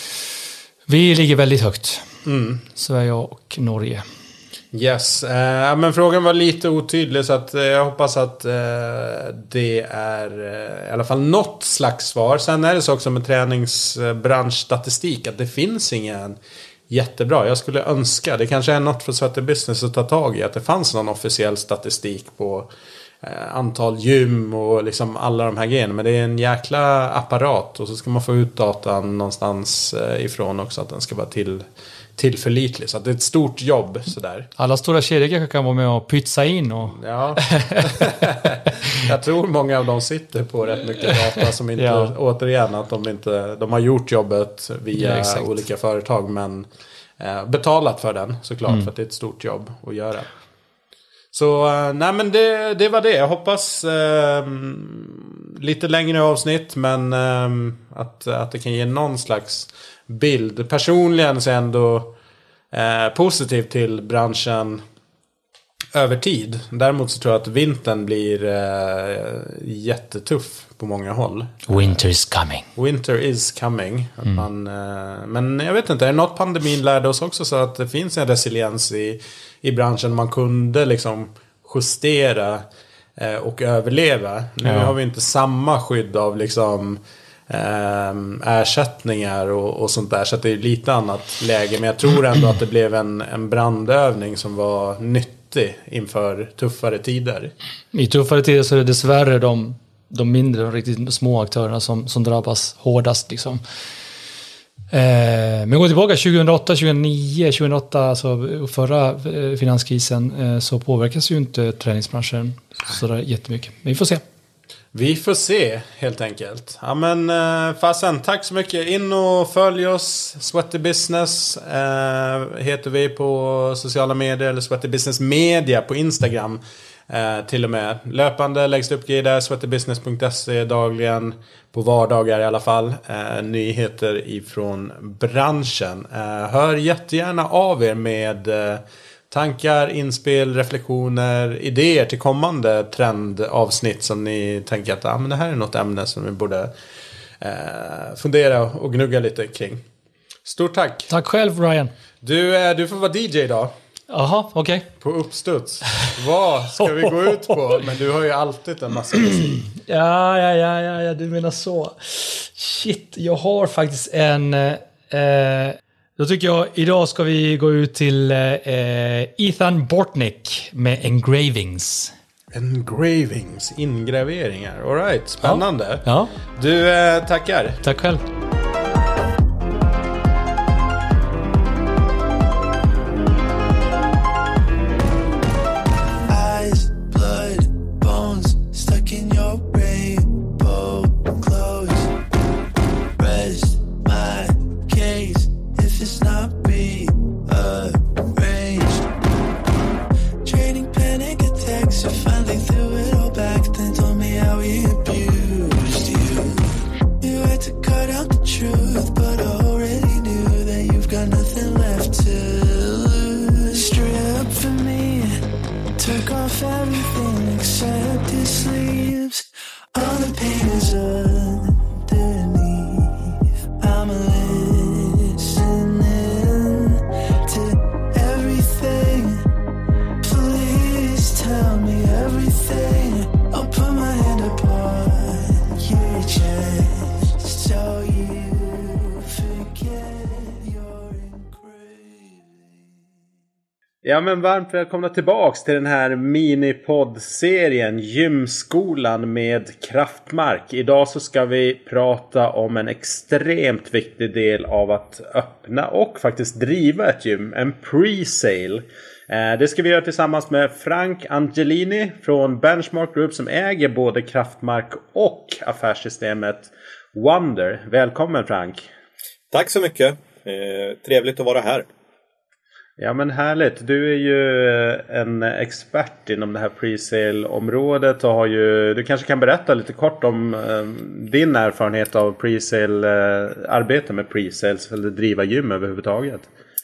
vi ligger väldigt högt. Mm. Sverige och Norge. Yes, eh, men frågan var lite otydlig, så att eh, jag hoppas att eh, det är eh, i alla fall något slags svar. Sen är det så också med träningsbranschstatistik att det finns ingen jättebra. Jag skulle önska, det kanske är något för Sweaty Business att ta tag i, att det fanns någon officiell statistik på eh, antal gym och liksom alla de här grejerna. Men det är en jäkla apparat, och så ska man få ut datan någonstans eh, ifrån också, att den ska vara till tillförlitlig, så att det är ett stort jobb sådär. Alla stora kedjor kanske kan vara med och pytsa in och... Ja. Jag tror många av dem sitter på rätt mycket data som inte, ja. återigen, att de inte, de har gjort jobbet via ja, olika företag, men eh, betalat för den såklart, mm. för att det är ett stort jobb att göra. Så eh, nej, men det, det var det. Jag hoppas eh, lite längre avsnitt, men eh, att, att det kan ge någon slags bild. Personligen så är jag ändå eh, positiv till branschen över tid. Däremot så tror jag att vintern blir eh, jättetuff på många håll. Winter is coming. Winter is coming. Att Mm. man, eh, men jag vet inte, är det något pandemin lärde oss också så att det finns en resiliens i, i branschen. Man kunde liksom justera eh, och överleva. Nu Ja. har vi inte samma skydd av liksom eh, ersättningar och, och sånt där. Så att det är lite annat läge. Men jag tror ändå att det blev en, en brandövning som var nyttig inför tuffare tider. I tuffare tider så är det dessvärre de, de mindre, de riktigt små aktörerna som, som drabbas hårdast. Liksom. Eh, men gå tillbaka tjugohundraåtta, tjugohundranio, tjugohundraåtta, alltså förra eh, finanskrisen, eh, så påverkas ju inte träningsbranschen så där jättemycket. Men vi får se. Vi får se, helt enkelt. Ja, men eh, fasen, tack så mycket. In och följ oss. Sweaty Business eh, heter vi på sociala medier. Eller Sweaty Business Media på Instagram. Eh, till och med. Löpande läggs det upp grejer där. sweatybusiness punkt se dagligen. På vardagar i alla fall. Eh, nyheter ifrån branschen. Eh, hör jättegärna av er med... Eh, tankar, inspel, reflektioner, idéer till kommande trendavsnitt som ni tänker att ah, men det här är något ämne som vi borde eh, fundera och gnugga lite kring. Stort tack. Tack själv, Ryan. Du, eh, du får vara D J idag. Jaha, okej. Okay. På uppstuds. Vad ska vi gå ut på? Men du har ju alltid en massa musik. Ja, ja, ja, ja, ja, du menar så. Shit, jag har faktiskt en... Eh, Då tycker jag, idag ska vi gå ut till eh, Ethan Bortnick med Engravings. Engravings, ingraveringar. All right, spännande. Ja. Ja. Du, eh, tackar. Tack själv. Eyes, blood, bones stuck in your rainbow clothes. Rest my case. It's not rearranged. Trading panic attacks. You finally threw it all back. Then told me how we abused you. You had to cut out the truth, but I already knew that you've got nothing left to lose. Strip for me, took off everything except his sleeves. All the pain is underneath. I'm a Ja, men varmt välkomna tillbaks till den här minipodd-serien Gymskolan med Kraftmark. Idag så ska vi prata om en extremt viktig del av att öppna och faktiskt driva ett gym, en pre-sale. Det ska vi göra tillsammans med Frank Angelini från Benchmark Group som äger både Kraftmark och affärssystemet Wonder. Välkommen, Frank. Tack så mycket. Eh, trevligt att vara här. Ja, men härligt. Du är ju en expert inom det här pre-sale-området och har ju, du kanske kan berätta lite kort om eh, din erfarenhet av pre-sale, eh, arbete med pre-sales eller driva gym överhuvudtaget.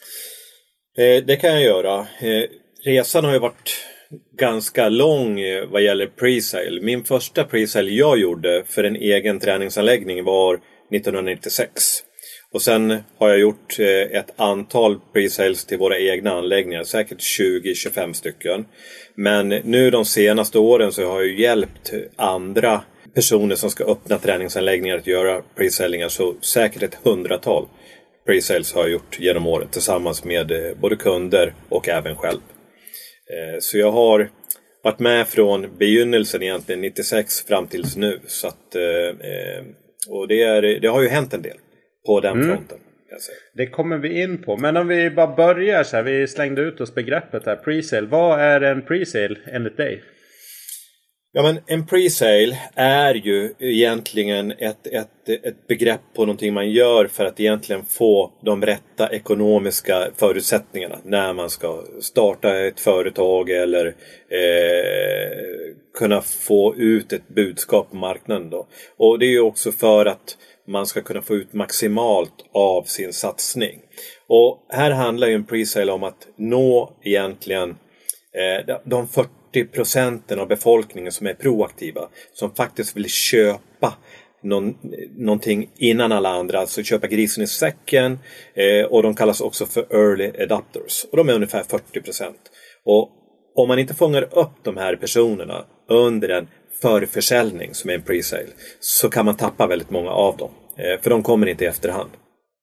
Eh, det kan jag göra. Eh, resan har ju varit ganska lång vad gäller pre-sale. Min första pre-sale jag gjorde för en egen träningsanläggning var nittonhundranittiosex. Och sen har jag gjort ett antal pre-sales till våra egna anläggningar, säkert tjugo till tjugofem stycken. Men nu de senaste åren så har jag hjälpt andra personer som ska öppna träningsanläggningar att göra pre-sellingar, så säkert ett hundratal pre-sales har jag gjort genom året tillsammans med både kunder och även själv. Så jag har varit med från begynnelsen egentligen nittiosex fram tills nu, så att, och det, är, det har ju hänt en del på den fronten. Mm. Det kommer vi in på. Men om vi bara börjar så här. Vi slängde ut oss begreppet här. Pre-sale. Vad är en pre-sale enligt dig? Ja, men en pre-sale är ju egentligen ett, ett, ett begrepp på någonting man gör för att egentligen få de rätta ekonomiska förutsättningarna när man ska starta ett företag eller eh, kunna få ut ett budskap på marknaden då. Och det är ju också för att man ska kunna få ut maximalt av sin satsning. Och här handlar ju en pre-sale om att nå egentligen Eh, de fyrtio procenten av befolkningen som är proaktiva, som faktiskt vill köpa någon, någonting innan alla andra, alltså köpa grisen i säcken, eh, och de kallas också för early adopters, och de är ungefär fyrtio procent. Och om man inte fångar upp de här personerna under en förförsäljning som är en pre-sale, så kan man tappa väldigt många av dem, eh, för de kommer inte i efterhand.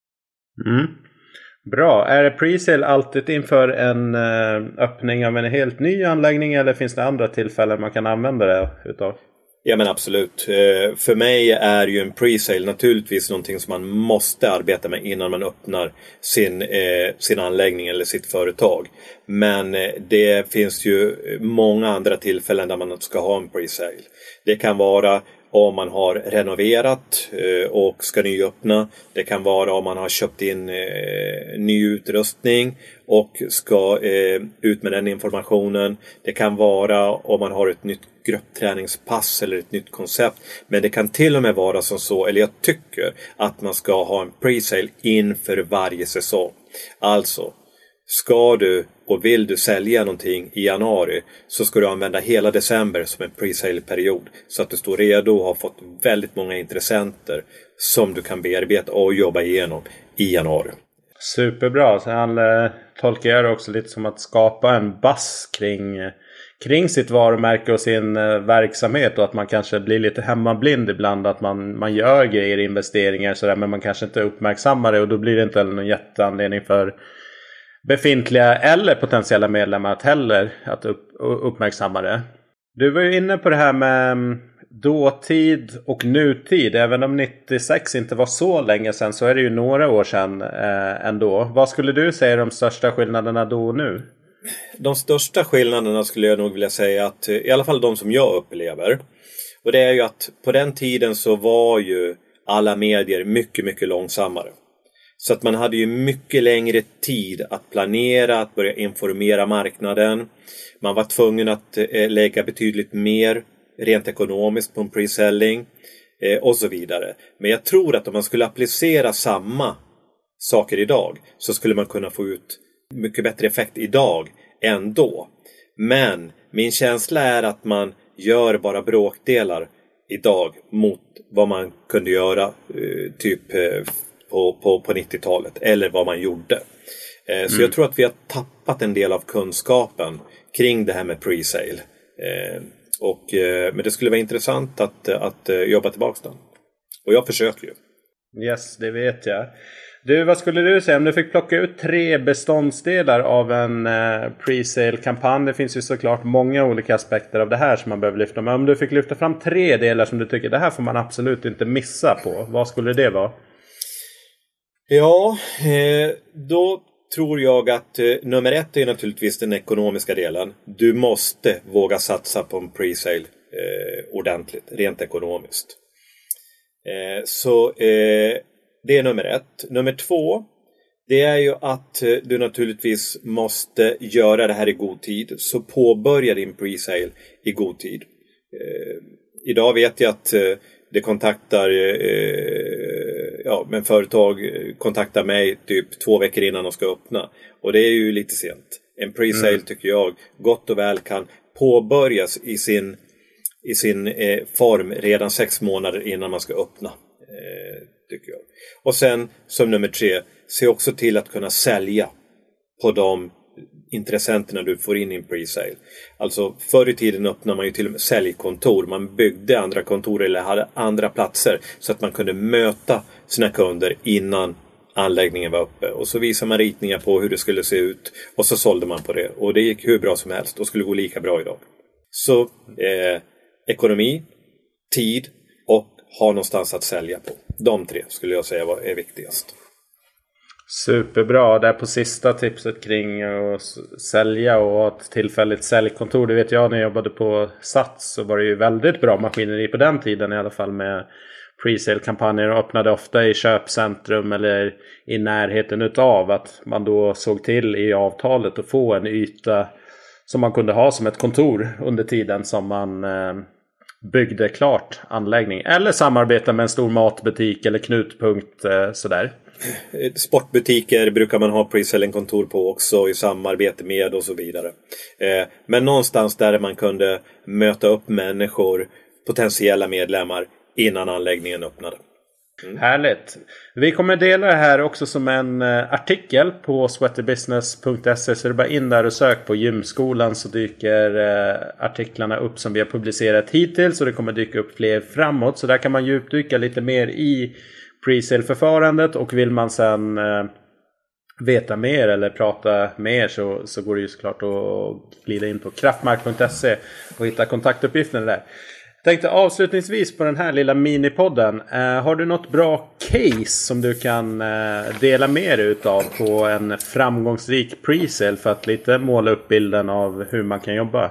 Mm. Bra. Är det pre-sale alltid inför en uh, öppning av en helt ny anläggning, eller finns det andra tillfällen man kan använda det utav? Ja, men absolut. Eh, för mig är ju en pre-sale naturligtvis någonting som man måste arbeta med innan man öppnar sin, eh, sin anläggning eller sitt företag. Men eh, det finns ju många andra tillfällen där man ska ha en pre-sale. Det kan vara om man har renoverat eh, och ska nyöppna. Det kan vara om man har köpt in eh, ny utrustning och ska eh, ut med den informationen. Det kan vara om man har ett nytt gruppträningspass eller ett nytt koncept. Men det kan till och med vara som så, eller jag tycker att man ska ha en pre-sale inför varje säsong. Alltså, ska du och vill du sälja någonting i januari, så ska du använda hela december som en pre-sale-period, så att du står redo och har fått väldigt många intressenter som du kan bearbeta och jobba igenom i januari. Superbra. Så han eh, tolkar jag det också lite som att skapa en buzz kring, eh, kring sitt varumärke och sin eh, verksamhet, och att man kanske blir lite hemmablind ibland, att man, man gör grejer, investeringar sådär, men man kanske inte uppmärksammar det, och då blir det inte någon jätteanledning för befintliga eller potentiella medlemmar att heller att upp, uppmärksamma det. Du var ju inne på det här med dåtid och nutid. Även om nittiosex inte var så länge sedan, så är det ju några år sedan eh, ändå. Vad skulle du säga är de största skillnaderna då och nu? De största skillnaderna skulle jag nog vilja säga att, i alla fall de som jag upplever, och det är ju att på den tiden så var ju alla medier mycket, mycket långsammare. Så att man hade ju mycket längre tid att planera, att börja informera marknaden. Man var tvungen att eh, lägga betydligt mer rent ekonomiskt på en pre-selling eh, och så vidare. Men jag tror att om man skulle applicera samma saker idag, så skulle man kunna få ut mycket bättre effekt idag än då. Men min känsla är att man gör bara bråkdelar idag mot vad man kunde göra eh, typ eh, På, på, på nittiotalet, eller vad man gjorde. Eh, så mm. jag tror att vi har tappat en del av kunskapen kring det här med pre-sale. Eh, och, eh, men det skulle vara intressant att, att, att jobba tillbaka den. Och jag försöker ju. Yes, det vet jag. Du, vad skulle du säga om du fick plocka ut tre beståndsdelar av en eh, pre-sale-kampanj? Det finns ju såklart många olika aspekter av det här som man behöver lyfta. Men om du fick lyfta fram tre delar som du tycker det här får man absolut inte missa på, vad skulle det vara? Ja, eh, då tror jag att eh, nummer ett är naturligtvis den ekonomiska delen. Du måste våga satsa på en pre-sale eh, ordentligt, rent ekonomiskt. Eh, så eh, det är nummer ett. Nummer två, det är ju att eh, du naturligtvis måste göra det här i god tid. Så påbörja din pre-sale i god tid. Eh, idag vet jag att eh, det kontaktar... Eh, Ja, men företag kontaktar mig typ två veckor innan de ska öppna. Och det är ju lite sent. En pre-sale mm. tycker jag gott och väl kan påbörjas i sin, i sin eh, form redan sex månader innan man ska öppna. Eh, tycker jag. Och sen som nummer tre, se också till att kunna sälja på de intressenterna du får in i en pre-sale. Alltså förr i tiden öppnade man ju till och med säljkontor. Man byggde andra kontor eller hade andra platser så att man kunde möta sina kunder innan anläggningen var uppe. Och så visade man ritningar på hur det skulle se ut och så sålde man på det. Och det gick hur bra som helst och skulle gå lika bra idag. Så eh, ekonomi, tid och ha någonstans att sälja på. De tre skulle jag säga var, är viktigast. Superbra. Där på sista tipset kring att sälja och ha ett tillfälligt säljkontor. Det vet jag när jag jobbade på Sats, så var det ju väldigt bra maskineri på den tiden i alla fall med pre-sale-kampanjer, och öppnade ofta i köpcentrum eller i närheten utav, att man då såg till i avtalet att få en yta som man kunde ha som ett kontor under tiden som man eh, byggde klart anläggning. Eller samarbeta med en stor matbutik eller knutpunkt eh, sådär. Sportbutiker brukar man ha pre-selling-kontor på också i samarbete med och så vidare. Eh, men någonstans där man kunde möta upp människor, potentiella medlemmar, innan anläggningen öppnade. Mm. Härligt. Vi kommer dela det här också som en uh, artikel på sweaterbusiness punkt se, så det är bara in där och sök på gymskolan, så dyker uh, artiklarna upp som vi har publicerat hittills, och det kommer dyka upp fler framåt, så där kan man djupdyka lite mer i pre-sale-förfarandet, och vill man sen uh, veta mer eller prata mer så, så går det ju såklart att glida in på kraftmark punkt se och hitta kontaktuppgifterna där. Jag tänkte avslutningsvis på den här lilla minipodden. Eh, har du något bra case som du kan eh, dela med dig utav på en framgångsrik pre-sale för att lite måla upp bilden av hur man kan jobba?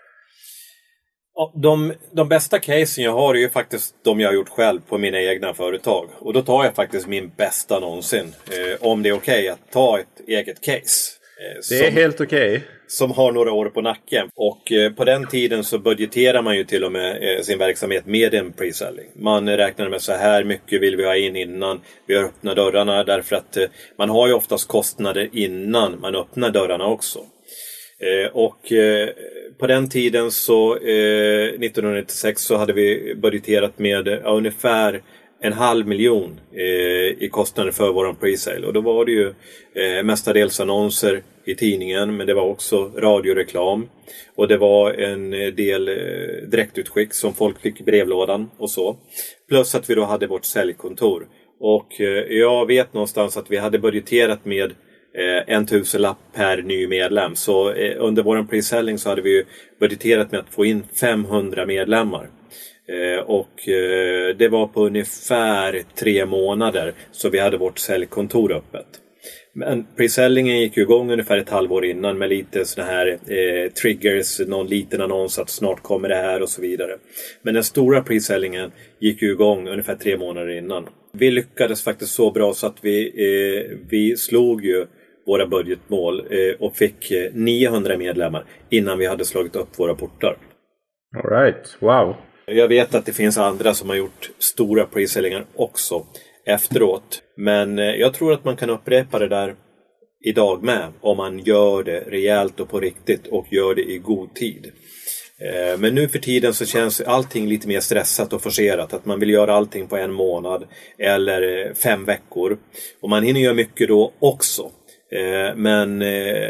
De, de bästa casen jag har är ju faktiskt de jag har gjort själv på mina egna företag. Och då tar jag faktiskt min bästa någonsin. Eh, om det är okej okay att ta ett eget case. Eh, det är som, helt okej. Okay. Som har några år på nacken. Och eh, på den tiden så budgeterar man ju till och med eh, sin verksamhet med en pre-selling. Man räknar med så här mycket vill vi ha in innan vi öppnar dörrarna. Därför att eh, man har ju oftast kostnader innan man öppnar dörrarna också. Eh, och eh, på den tiden så eh, nittonhundranittiosex så hade vi budgeterat med eh, ungefär en halv miljon eh, i kostnader för våran pre-sale. Och då var det ju eh, mestadels annonser i tidningen, men det var också radioreklam. Och det var en del eh, direktutskick som folk fick i brevlådan och så. Plus att vi då hade vårt säljkontor. Och eh, jag vet någonstans att vi hade budgeterat med Eh, en tusenlapp per ny medlem. Så eh, under våran pre-selling så hade vi ju budgeterat med att få in femhundra medlemmar. Eh, och eh, det var på ungefär tre månader så vi hade vårt säljkontor öppet. Men pre-sellingen gick ju igång ungefär ett halvår innan med lite såna här eh, triggers, någon liten annons att snart kommer det här och så vidare. Men den stora pre-sellingen gick ju igång ungefär tre månader innan. Vi lyckades faktiskt så bra så att vi, eh, vi slog ju våra budgetmål eh, och fick eh, niohundra medlemmar innan vi hade slagit upp våra portar. All right, wow. Jag vet att det finns andra som har gjort stora pre-sellingar också efteråt. Men eh, jag tror att man kan upprepa det där idag med om man gör det rejält och på riktigt och gör det i god tid. Eh, men nu för tiden så känns allting lite mer stressat och forcerat. Att man vill göra allting på en månad eller eh, fem veckor. Och man hinner göra mycket då också. Eh, men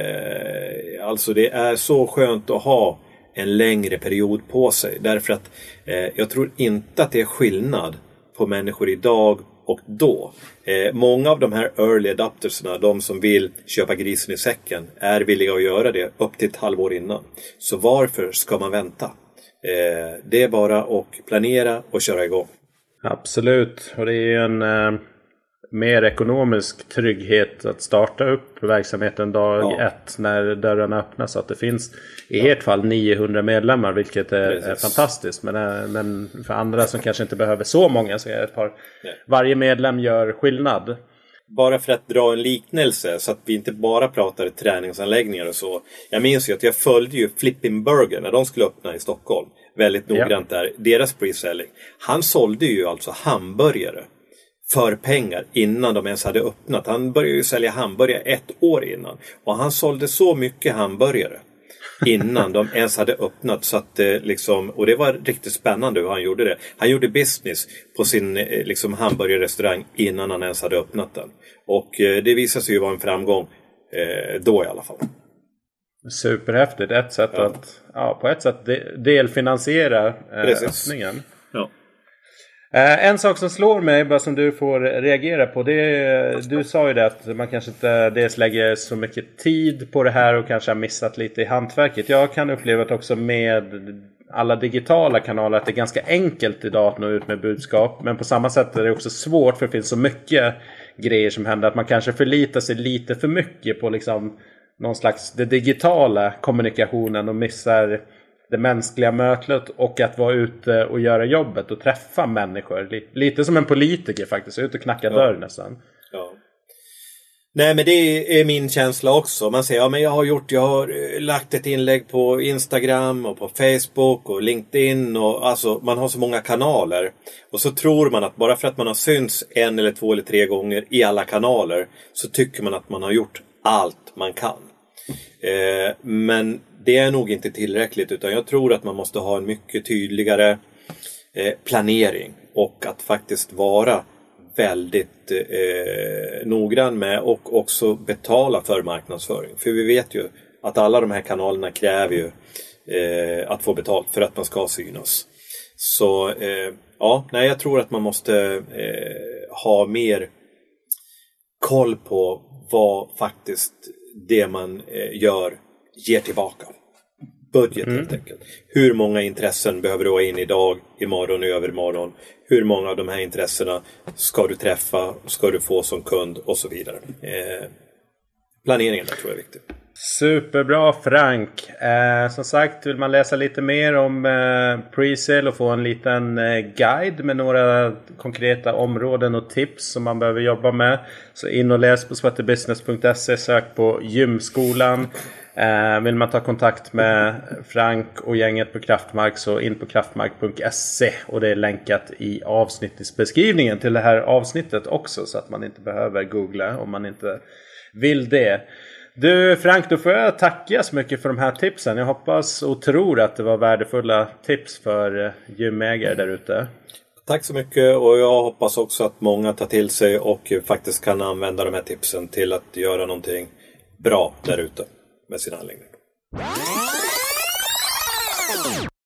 eh, alltså det är så skönt att ha en längre period på sig. Därför att eh, jag tror inte att det är skillnad på människor idag och då. Eh, många av de här early adaptersna, de som vill köpa grisen i säcken, är villiga att göra det upp till ett halvår innan. Så varför ska man vänta? Eh, det är bara att planera och köra igång. Absolut, och det är ju en eh, mer ekonomisk trygghet att starta upp verksamheten dag ja. ett när dörrarna öppnas. Så att det finns i ja. ert fall niohundra medlemmar, vilket är, är fantastiskt. Men, men för andra som kanske inte behöver så många så är ett par, ja. varje medlem gör skillnad. Bara för att dra en liknelse så att vi inte bara pratar träningsanläggningar och så. Jag minns ju att jag följde ju Flippin' Burger när de skulle öppna i Stockholm. Väldigt noggrant ja. där. Deras pre-selling. Han sålde ju alltså hamburgare för pengar innan de ens hade öppnat. Han började ju sälja hamburgare ett år innan. Och han sålde så mycket hamburgare innan de ens hade öppnat. Så att, liksom, och det var riktigt spännande hur han gjorde det. Han gjorde business på sin liksom, hamburgerrestaurang innan han ens hade öppnat den. Och det visade sig ju vara en framgång eh, då i alla fall. Superhäftigt. Ett sätt ja. att ja, på ett sätt de- delfinansiera eh, öppningen. Ja. Uh, en sak som slår mig, bara som du får reagera på, det är, du sa ju det att man kanske inte dels lägger så mycket tid på det här och kanske har missat lite i hantverket. Jag kan uppleva att också med alla digitala kanaler att det är ganska enkelt idag att nå ut med budskap. Men på samma sätt är det också svårt för det finns så mycket grejer som händer att man kanske förlitar sig lite för mycket på liksom någon slags det digitala kommunikationen och missar det mänskliga mötet och att vara ute och göra jobbet och träffa människor. Lite som en politiker faktiskt, ut och knacka ja. dörr nästan. Ja. Nej, men det är min känsla också. Man säger, ja men jag har gjort, jag har lagt ett inlägg på Instagram och på Facebook och LinkedIn och alltså man har så många kanaler. Och så tror man att bara för att man har synts en eller två eller tre gånger i alla kanaler så tycker man att man har gjort allt man kan. Eh, men det är nog inte tillräckligt, utan jag tror att man måste ha en mycket tydligare eh, planering och att faktiskt vara väldigt eh, noggrann med och också betala för marknadsföring. För vi vet ju att alla de här kanalerna kräver ju eh, att få betalt för att man ska synas. Så eh, ja, nej, jag tror att man måste eh, ha mer koll på vad faktiskt det man eh, gör ger tillbaka. Budget mm. helt enkelt. Hur många intressen behöver du ha in idag, imorgon och övermorgon? Hur många av de här intressena ska du träffa, ska du få som kund och så vidare. Eh, planeringen där tror jag är viktig. Superbra Frank. Eh, som sagt, vill man läsa lite mer om eh, pre-sale och få en liten eh, guide med några konkreta områden och tips som man behöver jobba med, så in och läs på sweaterbusiness punkt se, sök på gymskolan. Eh, vill man ta kontakt med Frank och gänget på Kraftmark, så in på kraftmark punkt se, och det är länkat i avsnittsbeskrivningen till det här avsnittet också, så att man inte behöver googla om man inte vill det. Du Frank, då får jag tacka så mycket för de här tipsen. Jag hoppas och tror att det var värdefulla tips för gymägare där ute. Tack så mycket, och jag hoppas också att många tar till sig och faktiskt kan använda de här tipsen till att göra någonting bra där ute med sin anläggning.